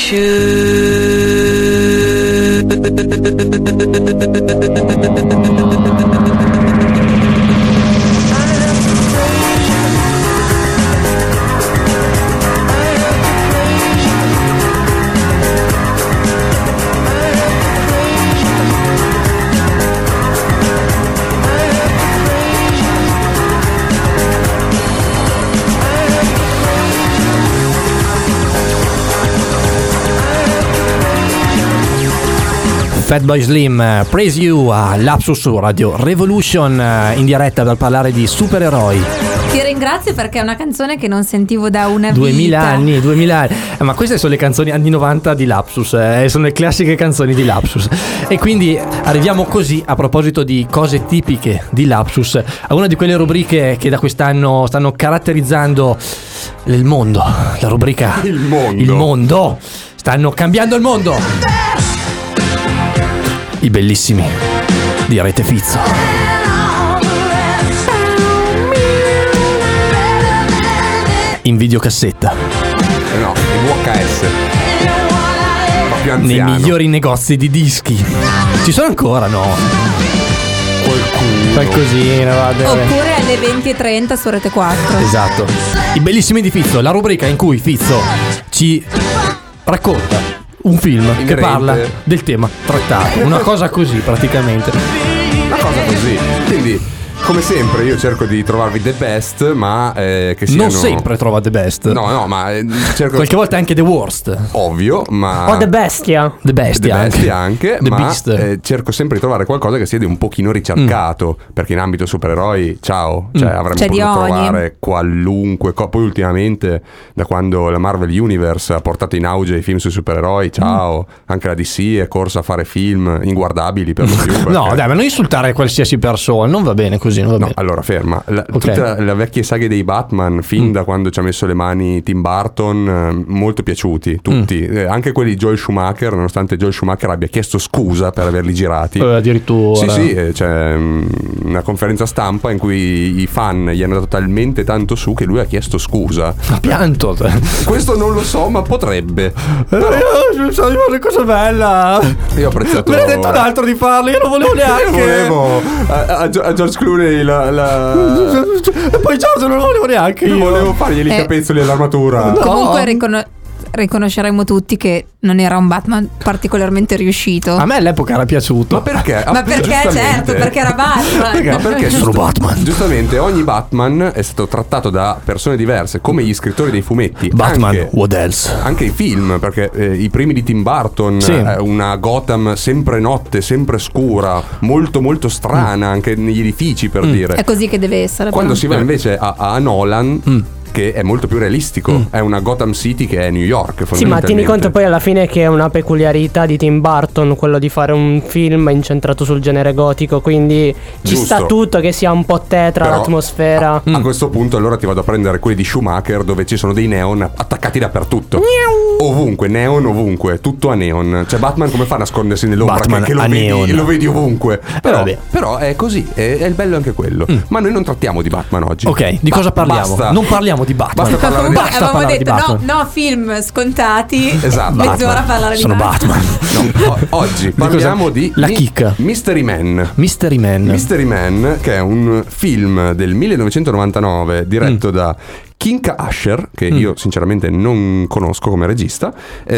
Fatboy Slim, Praise You a Lapsus su Radio Revolution, in diretta per parlare di supereroi. Ti ringrazio perché è una canzone che non sentivo da una 2000 anni. Ma queste sono le canzoni anni 90 di Lapsus, sono le classiche canzoni di Lapsus. E quindi arriviamo così, a proposito di cose tipiche di Lapsus, a una di quelle rubriche che da quest'anno stanno caratterizzando il mondo. La rubrica Il mondo. Stanno cambiando il mondo. I bellissimi di Rete Fizzo. In videocassetta. No, in VHS. Ma più anziano. Nei migliori negozi di dischi. Ci sono ancora, no? Qualcosina, vabbè. Oppure alle 20:30 su Rete 4. Esatto. I bellissimi di Fizzo, la rubrica in cui Fizzo ci racconta un film che parla del tema trattato. Una cosa così praticamente. Una cosa così. Quindi, come sempre, io cerco di trovarvi the best, ma che siano... Non sempre trova the best. No, ma cerco... Qualche volta anche the worst. Ovvio, ma... O the bestia. The bestia anche The ma beast. cerco sempre di trovare qualcosa che sia di un pochino ricercato, perché in ambito supereroi, avremmo potuto trovare qualunque poi ultimamente, da quando la Marvel Universe ha portato in auge i film sui supereroi, anche la DC è corsa a fare film inguardabili per lo più. Perché... No, dai, ma non insultare qualsiasi persona, non va bene così. No, allora ferma. Tutta la vecchia saga dei Batman, fin da quando ci ha messo le mani Tim Burton, molto piaciuti tutti, anche quelli di Joel Schumacher, nonostante Joel Schumacher abbia chiesto scusa per averli girati. Addirittura. Sì, c'è una conferenza stampa in cui i fan gli hanno dato talmente tanto su che lui ha chiesto scusa. Ha pianto. Questo non lo so, ma potrebbe. Io so di fare cosa bella. Io ho apprezzato. Me ne ha detto un altro di farlo, io non volevo neanche. Io volevo a George Clooney e poi Giorgio non lo volevo neanche io. Volevo fargli i capezzoli all'armatura. Comunque riconosceremo tutti che non era un Batman particolarmente riuscito. A me all'epoca era piaciuto. Ma perché? Ma perché certo, perché era Batman. Ma perché sono Batman. Giustamente ogni Batman è stato trattato da persone diverse, come gli scrittori dei fumetti. Batman, what else? Anche i film, perché i primi di Tim Burton, una Gotham sempre notte, sempre scura, molto molto strana, anche negli edifici, per dire. È così che deve essere. Quando si va invece a Nolan, che è molto più realistico, è una Gotham City che è New York. Sì, ma tieni conto poi alla fine che è una peculiarità di Tim Burton quello di fare un film incentrato sul genere gotico, quindi ci sta tutto, che sia un po' tetra. Però l'atmosfera. A questo punto allora ti vado a prendere quelli di Schumacher, dove ci sono dei neon attaccati dappertutto. Ovunque, neon ovunque, tutto a neon. Cioè Batman come fa a nascondersi nell'ombra? Batman che lo vedi ovunque. Però è così, è il bello anche quello. Ma noi non trattiamo di Batman oggi. Ok, di cosa parliamo? Basta. Non parliamo di Batman. Basta parlare di Batman. Avevamo detto no film scontati. Esatto. Mezz'ora a parlare di Batman. No, oggi parliamo di La chicca. Mystery Man. Mystery Man, che è un film del 1999 diretto da King Asher, che io sinceramente non conosco come regista.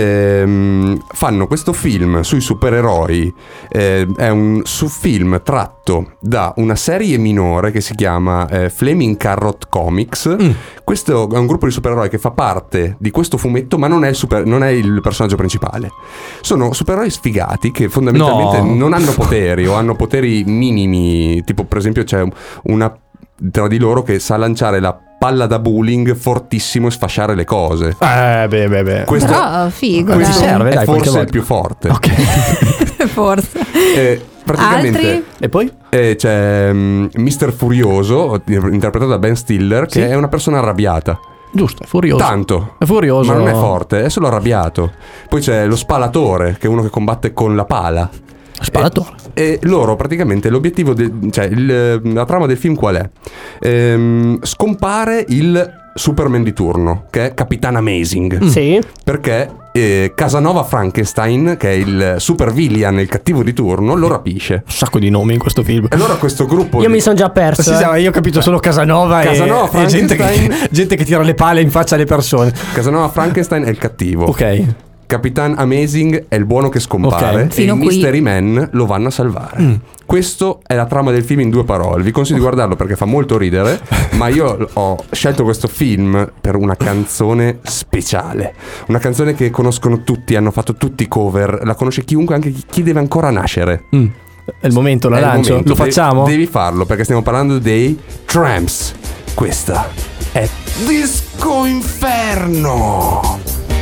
Fanno questo film sui supereroi. È un film tratto da una serie minore che si chiama Flaming Carrot Comics. Questo è un gruppo di supereroi che fa parte di questo fumetto, ma non è il personaggio principale. Sono supereroi sfigati che fondamentalmente non hanno poteri o hanno poteri minimi. Tipo, per esempio, c'è una tra di loro che sa lanciare la palla da bowling fortissimo e sfasciare le cose. Questo, però figo, questo serve, è dai, forse il più forte. Ok. Forse. Praticamente. Altri? E poi? C'è Mr. Furioso, interpretato da Ben Stiller, che è una persona arrabbiata. Giusto, è furioso. Tanto. È furioso. Ma non è forte, è solo arrabbiato. Poi c'è lo spalatore, che è uno che combatte con la pala. Sparatore. E loro praticamente l'obiettivo, la trama del film qual è? Scompare il Superman di turno, che è Capitan Amazing. Sì. Perché Casanova Frankenstein, che è il super villain, il cattivo di turno, lo rapisce. Un sacco di nomi in questo film. E allora questo gruppo Io mi sono già perso. Io ho capito solo Casanova e gente che tira le pale in faccia alle persone. Casanova Frankenstein è il cattivo. Ok. Capitan Amazing è il buono che scompare, e i Mystery Men lo vanno a salvare. Questo è la trama del film in 2 parole. Vi consiglio di guardarlo perché fa molto ridere, ma io ho scelto questo film per una canzone speciale, una canzone che conoscono tutti, hanno fatto tutti cover, la conosce chiunque, anche chi deve ancora nascere. È il momento, la lancio. Lo facciamo? Devi farlo perché stiamo parlando dei Tramps. Questa è Disco Inferno.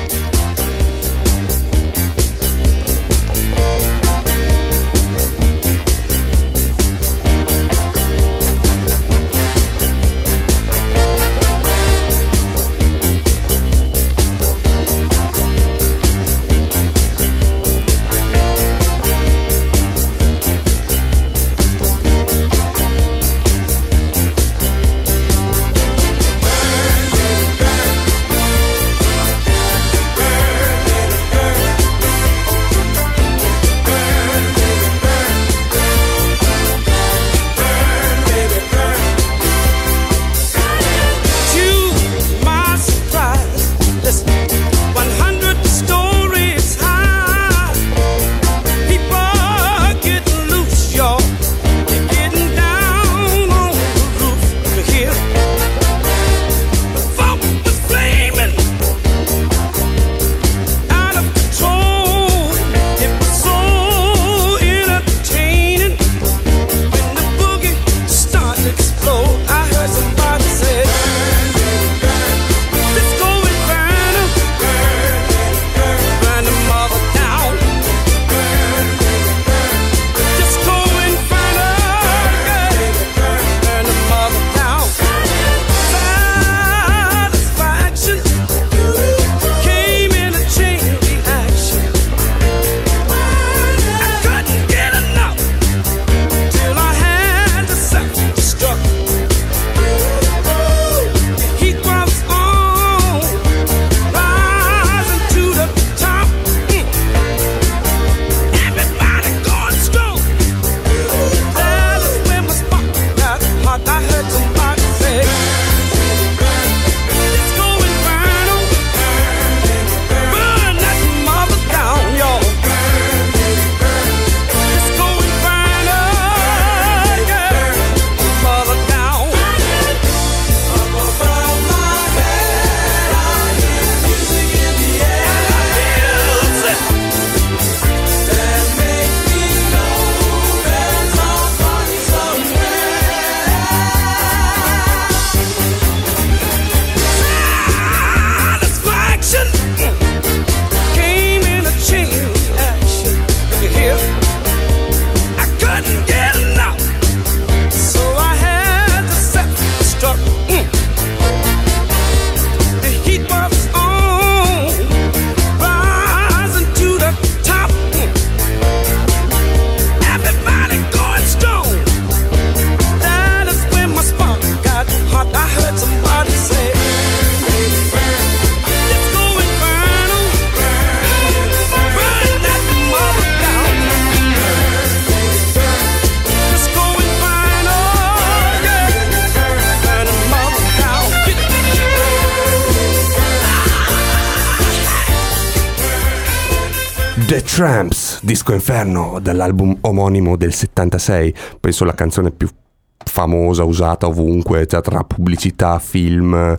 The Tramps, Disco Inferno, dall'album omonimo del 76, penso la canzone più famosa, usata ovunque, cioè tra pubblicità, film,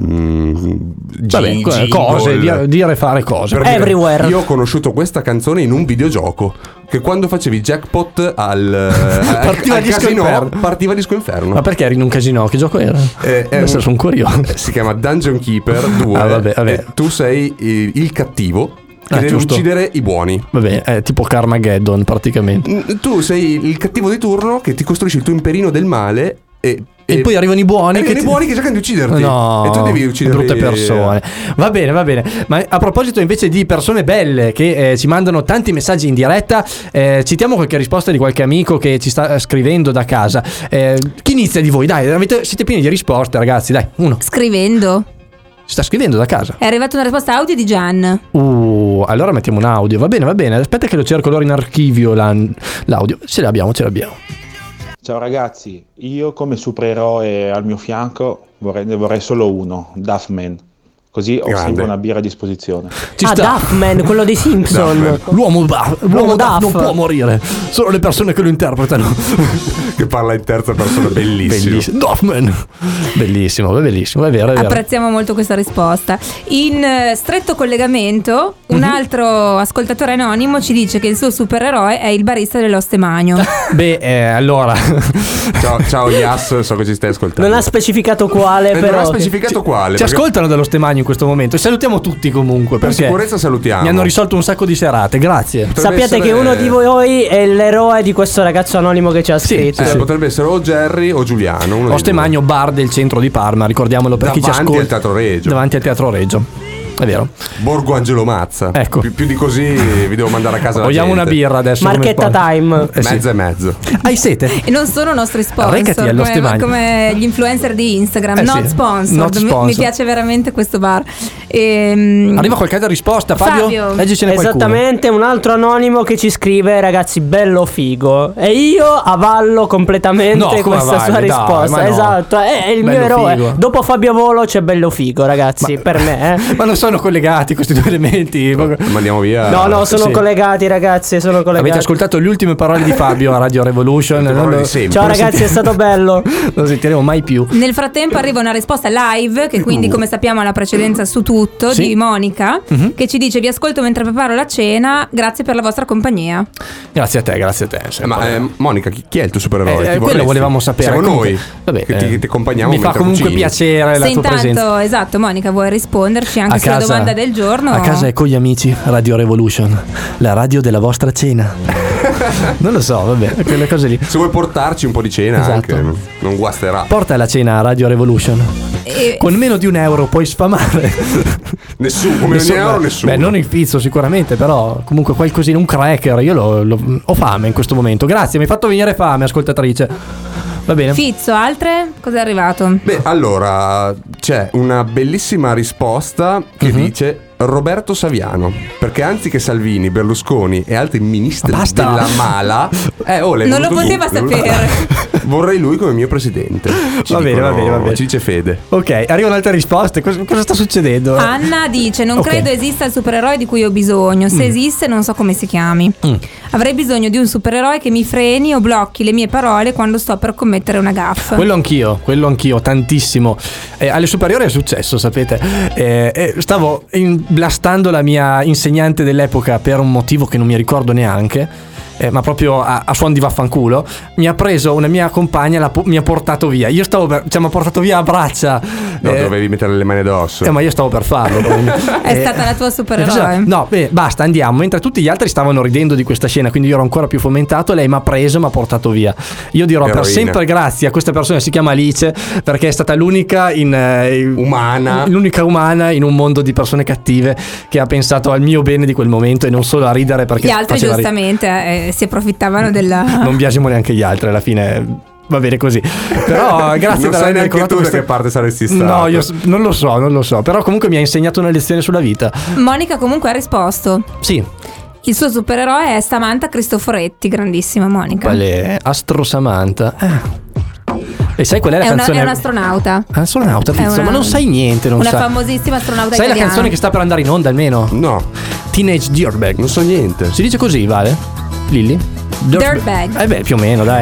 cose, dire fare cose. Everywhere. Io ho conosciuto questa canzone in un videogioco che quando facevi jackpot al casino partiva Disco Inferno. Ma perché eri in un casino? Che gioco era? Adesso sono curioso. Si chiama Dungeon Keeper 2. Vabbè. E tu sei il cattivo che deve uccidere i buoni. Vabbè, è tipo Carmageddon praticamente. Tu sei il cattivo di turno che ti costruisci il tuo imperino del male E poi arrivano i buoni che cercano di ucciderti. No, e tu devi uccidere brutte persone. Va bene. Ma a proposito invece di persone belle che ci mandano tanti messaggi in diretta, citiamo qualche risposta di qualche amico che ci sta scrivendo da casa. Chi inizia di voi? Dai, siete pieni di risposte, ragazzi. Dai, uno. Scrivendo. Si sta scrivendo da casa. È arrivata una risposta audio di Gian. Allora mettiamo un audio. Va bene. Aspetta che lo cerco allora in archivio l'audio. Ce l'abbiamo. Ciao ragazzi, io come supereroe al mio fianco vorrei solo uno, Duffman. Così ho sempre una birra a disposizione. Duffman, quello dei Simpson. L'uomo Duff non può morire. Solo le persone che lo interpretano. Che parla in terza persona, bellissimo. Duffman. Bellissimo, è vero. Apprezziamo molto questa risposta. In stretto collegamento, un altro ascoltatore anonimo ci dice che il suo supereroe è il barista dell'Oste Magno. Allora. Ciao Yas, so che ci stai ascoltando. Non ha specificato quale, però. Non ha specificato quale. Ci ascoltano dall'Oste Magno in questo momento. E salutiamo tutti comunque. Per sicurezza salutiamo. Mi hanno risolto un sacco di serate, grazie. Sappiate che uno di voi è l'eroe di questo ragazzo anonimo che ci ha scritto. Potrebbe essere o Jerry o Giuliano. Oste Magno, bar del centro di Parma, ricordiamolo per chi ci ascolta. Davanti al Teatro Regio. È vero. Borgo Angelo Mazza. Ecco. Più di così vi devo mandare a casa. Vogliamo una birra adesso. Marchetta time. Mezzo e mezzo. Hai sete? E non sono nostri Recati sponsor come gli influencer di Instagram. Not sponsored. Mi piace veramente questo bar. Arriva qualche altra risposta, Fabio? Leggicene esattamente, un altro anonimo che ci scrive: ragazzi, bello figo. E io avallo completamente questa sua risposta. Esatto, è il mio eroe. Figo. Dopo Fabio Volo c'è bello figo, ragazzi, per me. Ma non sono collegati questi due elementi. Mandiamo via. No, sono collegati, ragazzi. Sono collegati. Avete ascoltato le ultime parole di Fabio a Radio Revolution. Ciao ragazzi, è stato bello. Non sentiremo mai più. Nel frattempo arriva una risposta live, che quindi come sappiamo ha la precedenza su tutto, di Monica, che ci dice: vi ascolto mentre preparo la cena, grazie per la vostra compagnia. Grazie a te. Ma Monica, chi è il tuo supereroe? Quello volevamo sapere. Siamo noi. Vabbè, che ti accompagniamo. Mi fa comunque piacere la tua presenza. Esatto, Monica, vuoi risponderci anche sulla domanda del giorno? A casa e con gli amici, Radio Revolution, la radio della vostra cena. Non lo so, vabbè, quelle cose lì. Se vuoi portarci un po' di cena, anche, non guasterà. Porta la cena a Radio Revolution. Con meno di €1 puoi sfamare. Nessuno, come €1 nessuno. Beh, non il pizzo sicuramente, però comunque qualcosina, un cracker. Io ho fame in questo momento. Grazie, mi hai fatto venire fame, ascoltatrice. Va bene. Fizzo, altre? Cos'è arrivato? Beh, allora c'è una bellissima risposta che dice: Roberto Saviano, perché anziché Salvini, Berlusconi e altri ministri della mala, non lo poteva sapere. Vorrei lui come mio presidente. Va bene. Ci dice Fede. Ok, arrivano altre risposte. Cosa sta succedendo? Anna dice: non credo esista il supereroe di cui ho bisogno. Se esiste, non so come si chiami. Avrei bisogno di un supereroe che mi freni o blocchi le mie parole quando sto per commettere una gaffa. Quello anch'io, tantissimo. Alle superiori è successo, sapete. Stavo blastando la mia insegnante dell'epoca per un motivo che non mi ricordo neanche. Ma proprio a suon di vaffanculo. Mi ha preso una mia compagna, mi ha portato via. Io stavo mi ha portato via a braccia. No, dovevi mettere le mani addosso. Ma io stavo per farlo. È stata la tua supereroe. No, basta, andiamo. Mentre tutti gli altri stavano ridendo di questa scena, quindi io ero ancora più fomentato. Lei mi ha preso e mi ha portato via. Io dirò per sempre grazie a questa persona, si chiama Alice, perché è stata l'unica l'unica umana in un mondo di persone cattive che ha pensato al mio bene di quel momento e non solo a ridere, perché gli altri giustamente si approfittavano della... Non biasimo neanche gli altri, alla fine va bene così. Però grazie. Non sai neanche tu da che parte saresti stato. No, io non lo so. Però comunque mi ha insegnato una lezione sulla vita. Monica comunque ha risposto. Sì. Il suo supereroe è Samantha Cristoforetti. Grandissima Monica. Quale Astro Samantha? E sai qual è la canzone? È un astronauta. Astronauta, Fizzo, ma non sai niente, non una sai. Famosissima astronauta sai italiana. La canzone che sta per andare in onda almeno? No. Teenage Dirtbag. Non so niente. Si dice così, vale? Lilli? Dirtbag. Beh, più o meno, dai.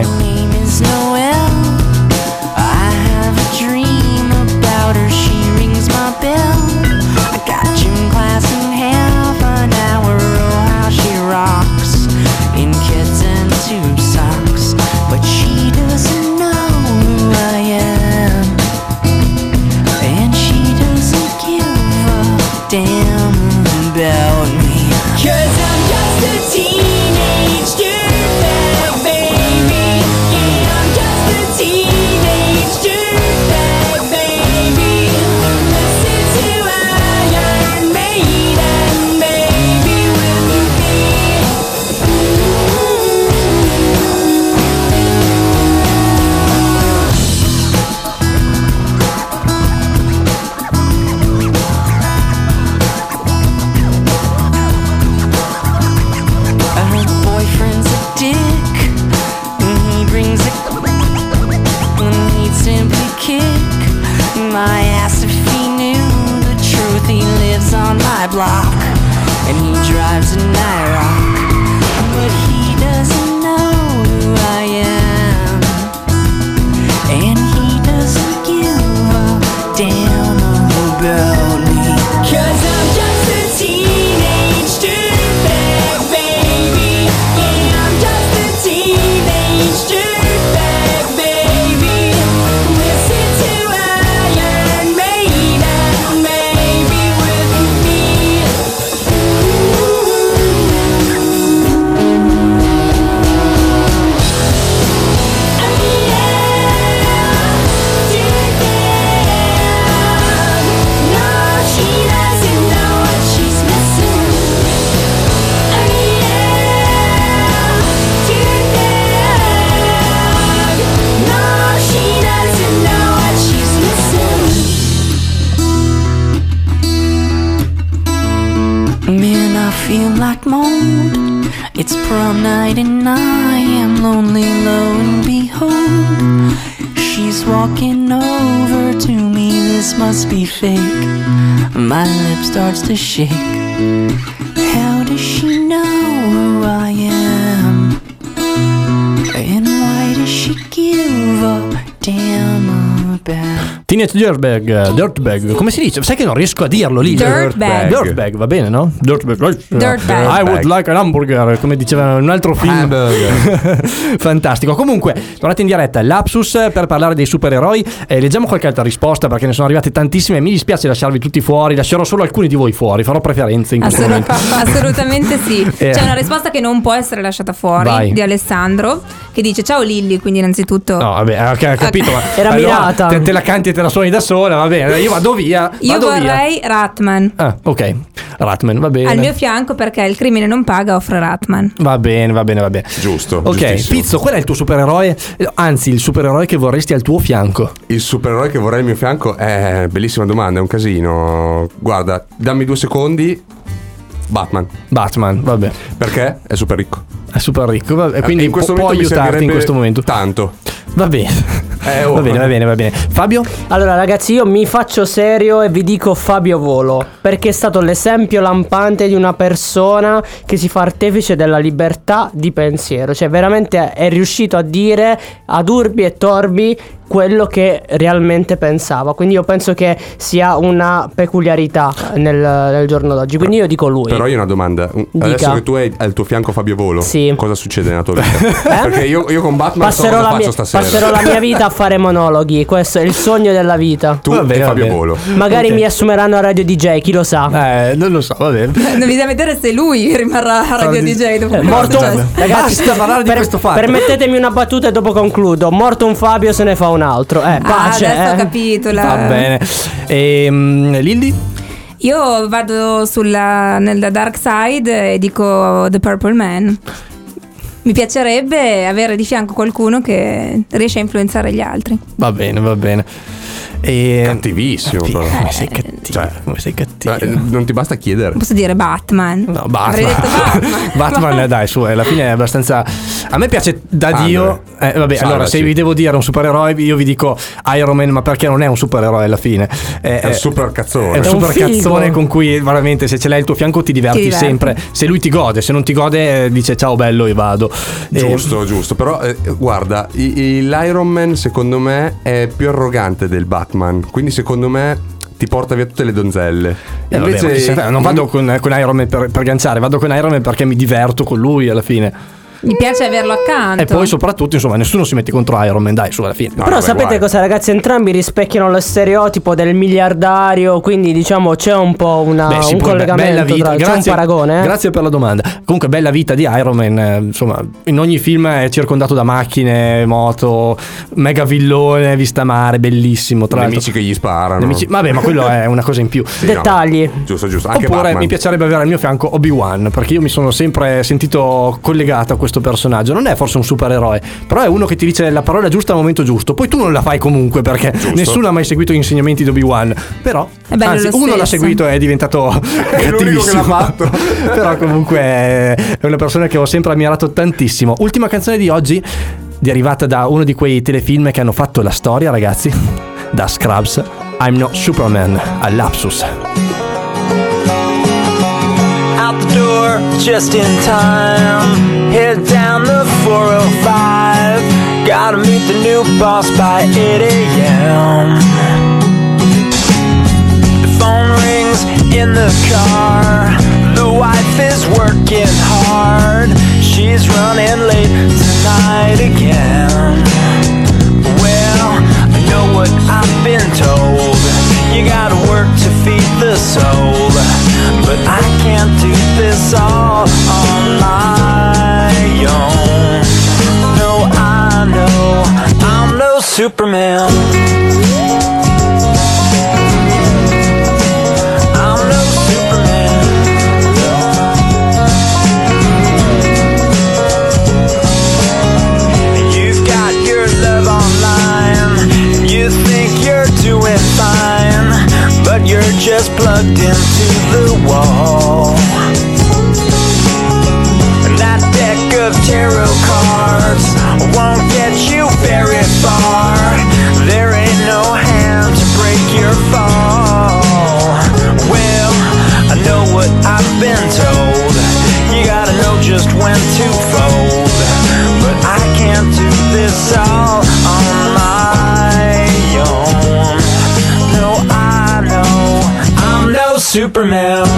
prom night and I am lonely, lo and behold, she's walking over to me, this must be fake. My lip starts to shake. How does she know who I am? And why does she give a damn about? Teenage Dirtbag, come si dice? Sai che non riesco a dirlo lì. Dirtbag, va bene, no? Dirtbag. I would like an hamburger, come diceva in un altro film. Fantastico. Comunque, tornate in diretta, Lapsus, per parlare dei supereroi. Leggiamo qualche altra risposta perché ne sono arrivate tantissime. Mi dispiace lasciarvi tutti fuori, lascerò solo alcuni di voi fuori, farò preferenze in questo momento. Assolutamente sì. C'è una risposta che non può essere lasciata fuori, di Alessandro, che dice: ciao Lilli, quindi innanzitutto. No, vabbè, ha capito, ma era mirata. Te la canti e te la suoni da sola, va bene, io vado via. Io vorrei Ratman. Ah, ok. Ratman, va bene. Al mio fianco, perché il crimine non paga, offre Ratman. Va bene. Giusto. Ok, giustissimo. Pizzo, qual è il tuo supereroe? Anzi, il supereroe che vorresti al tuo fianco? Il supereroe che vorrei al mio fianco è bellissima domanda, è un casino. Guarda, dammi 2 secondi. Batman, vabbè. Perché? È super ricco. Vabbè, quindi in questo può aiutarti in questo momento. Tanto. Va bene. Va bene. Fabio? Allora ragazzi, io mi faccio serio e vi dico Fabio Volo, perché è stato l'esempio lampante di una persona che si fa artefice della libertà di pensiero. Cioè veramente è riuscito a dire ad urbi e torbi quello che realmente pensava. Quindi io penso che sia una peculiarità nel giorno d'oggi. Quindi io dico lui. Però io ho una domanda. Adesso che tu hai al tuo fianco Fabio Volo, sì, cosa succede nella tua vita? Perché io con Batman passerò la mia vita a fare monologhi. Questo è il sogno della vita. Tu e Fabio Volo. Magari mi assumeranno a Radio DJ, chi lo sa. Non lo so, va bene. Bisogna vedere se lui rimarrà a Radio DJ dopo morto. Ragazzi, basta parlare di questo fatto. Permettetemi una battuta e dopo concludo. Morto un Fabio, se ne fa un altro. Pace. Adesso ho capito. Va bene. Lilli? Io vado nella dark side e dico The Purple Man. Mi piacerebbe avere di fianco qualcuno che riesce a influenzare gli altri. Va bene. Cattivissimo, però. Come sei cattivo. Non ti basta chiedere. Posso dire Batman? No, Avrei detto Batman. Batman, dai, su, alla fine è abbastanza. A me piace da Dio. Allora, se vi devo dire un supereroe, io vi dico Iron Man, ma perché non è un supereroe alla fine. È un super cazzone. È un super cazzone con cui veramente, se ce l'hai al tuo fianco, ti diverti sempre. Se lui ti gode, se non ti gode, dice ciao bello e vado. Giusto. Però guarda, l'Iron Man secondo me è più arrogante del Batman. Quindi secondo me ti porta via tutte le donzelle. Invece non vado con Iron Man per ganciare, vado con Iron Man perché mi diverto con lui alla fine. Mi piace averlo accanto. E poi soprattutto, insomma, nessuno si mette contro Iron Man, dai, su, alla fine. Però sapete cosa, ragazzi? Entrambi rispecchiano lo stereotipo del miliardario, quindi diciamo c'è un po' un collegamento c'è un paragone. Grazie per la domanda. Comunque bella vita di Iron Man, insomma, in ogni film è circondato da macchine, moto, mega villone, vista mare, bellissimo. Tra nemici che gli sparano. Vabbè, ma quello è una cosa in più. Sì, dettagli. No, giusto. Anche oppure Batman. Mi piacerebbe avere al mio fianco Obi-Wan, perché io mi sono sempre sentito collegato a questo personaggio. Non è forse un supereroe, però è uno che ti dice la parola giusta al momento giusto. Poi tu non la fai comunque, perché nessuno ha mai seguito gli insegnamenti di Obi-Wan. Però anzi, uno l'ha seguito e è diventato cattivissimo. Che l'ha fatto. Però comunque è una persona che ho sempre ammirato tantissimo. Ultima canzone di oggi, derivata da uno di quei telefilm che hanno fatto la storia, ragazzi, da Scrubs, I'm Not Superman, a Lapsus. Out the door just in time, head down the 405, gotta meet the new boss by 8 a.m. The phone rings in the car, the wife is working hard, she's running late tonight again. Well, I know what I've been told, you gotta work to feed the soul, but I can't do this all on my own. No, I know I'm no Superman. I'm no Superman. You've got your love online, you think you're doing fine, but you're just plugged into the wall. And that words won't get you very far. There ain't no hand to break your fall. Well, I know what I've been told. You gotta know just when to fold. But I can't do this all on my own. No, I know I'm no Superman.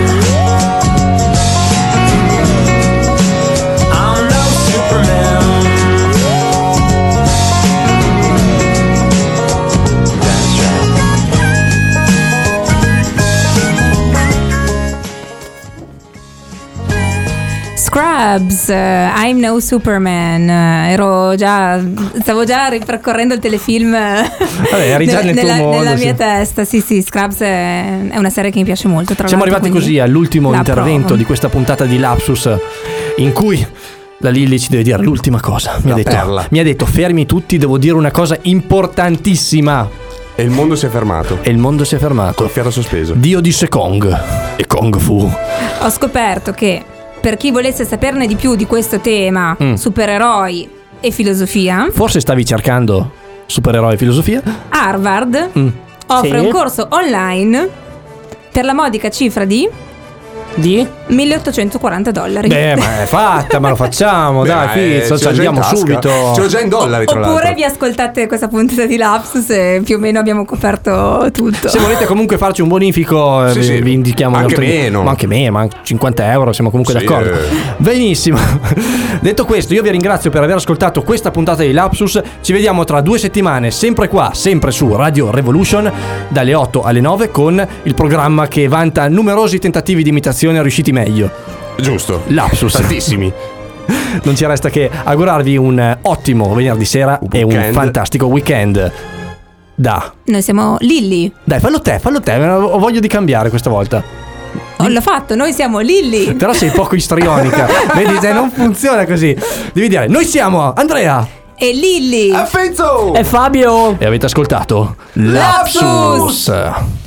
Scrubs, I'm no Superman. Stavo già ripercorrendo il telefilm. Vabbè, eri già nella mia testa. Sì, Scrubs è una serie che mi piace molto. Siamo arrivati così all'ultimo intervento di questa puntata di Lapsus, in cui la Lilli ci deve dire l'ultima cosa. Mi ha detto fermi tutti, devo dire una cosa importantissima. E il mondo si è fermato. Col fiato sospeso. Dio disse Kong e Kong fu. Ho scoperto che per chi volesse saperne di più di questo tema, supereroi e filosofia, forse stavi cercando supereroi e filosofia, Harvard offre un corso online per la modica cifra di $1.840. Beh, ma è fatta, ma lo facciamo. Dai, ci andiamo subito. Ce l'ho già in dollari, tra l'altro. Oppure vi ascoltate questa puntata di Lapsus e più o meno abbiamo coperto tutto. Se volete comunque farci un bonifico, vi indichiamo anche meno. Ma anche meno, ma 50 euro, siamo comunque d'accordo. Benissimo. Detto questo, io vi ringrazio per aver ascoltato questa puntata di Lapsus. Ci vediamo tra 2 settimane, sempre qua, sempre su Radio Revolution, dalle 8 alle 9, con il programma che vanta numerosi tentativi di imitazione riusciti meglio. Giusto. Lapsus. Tantissimi. Non ci resta che augurarvi un ottimo venerdì sera e un fantastico weekend. Noi siamo Lilli. Dai, fallo te, ho voglia di cambiare questa volta. L'ho fatto, noi siamo Lilli. Però sei poco istrionica. Vedi, non funziona così. Devi dire, noi siamo Andrea e Lilli e Fenzo e Fabio. E avete ascoltato Lapsus.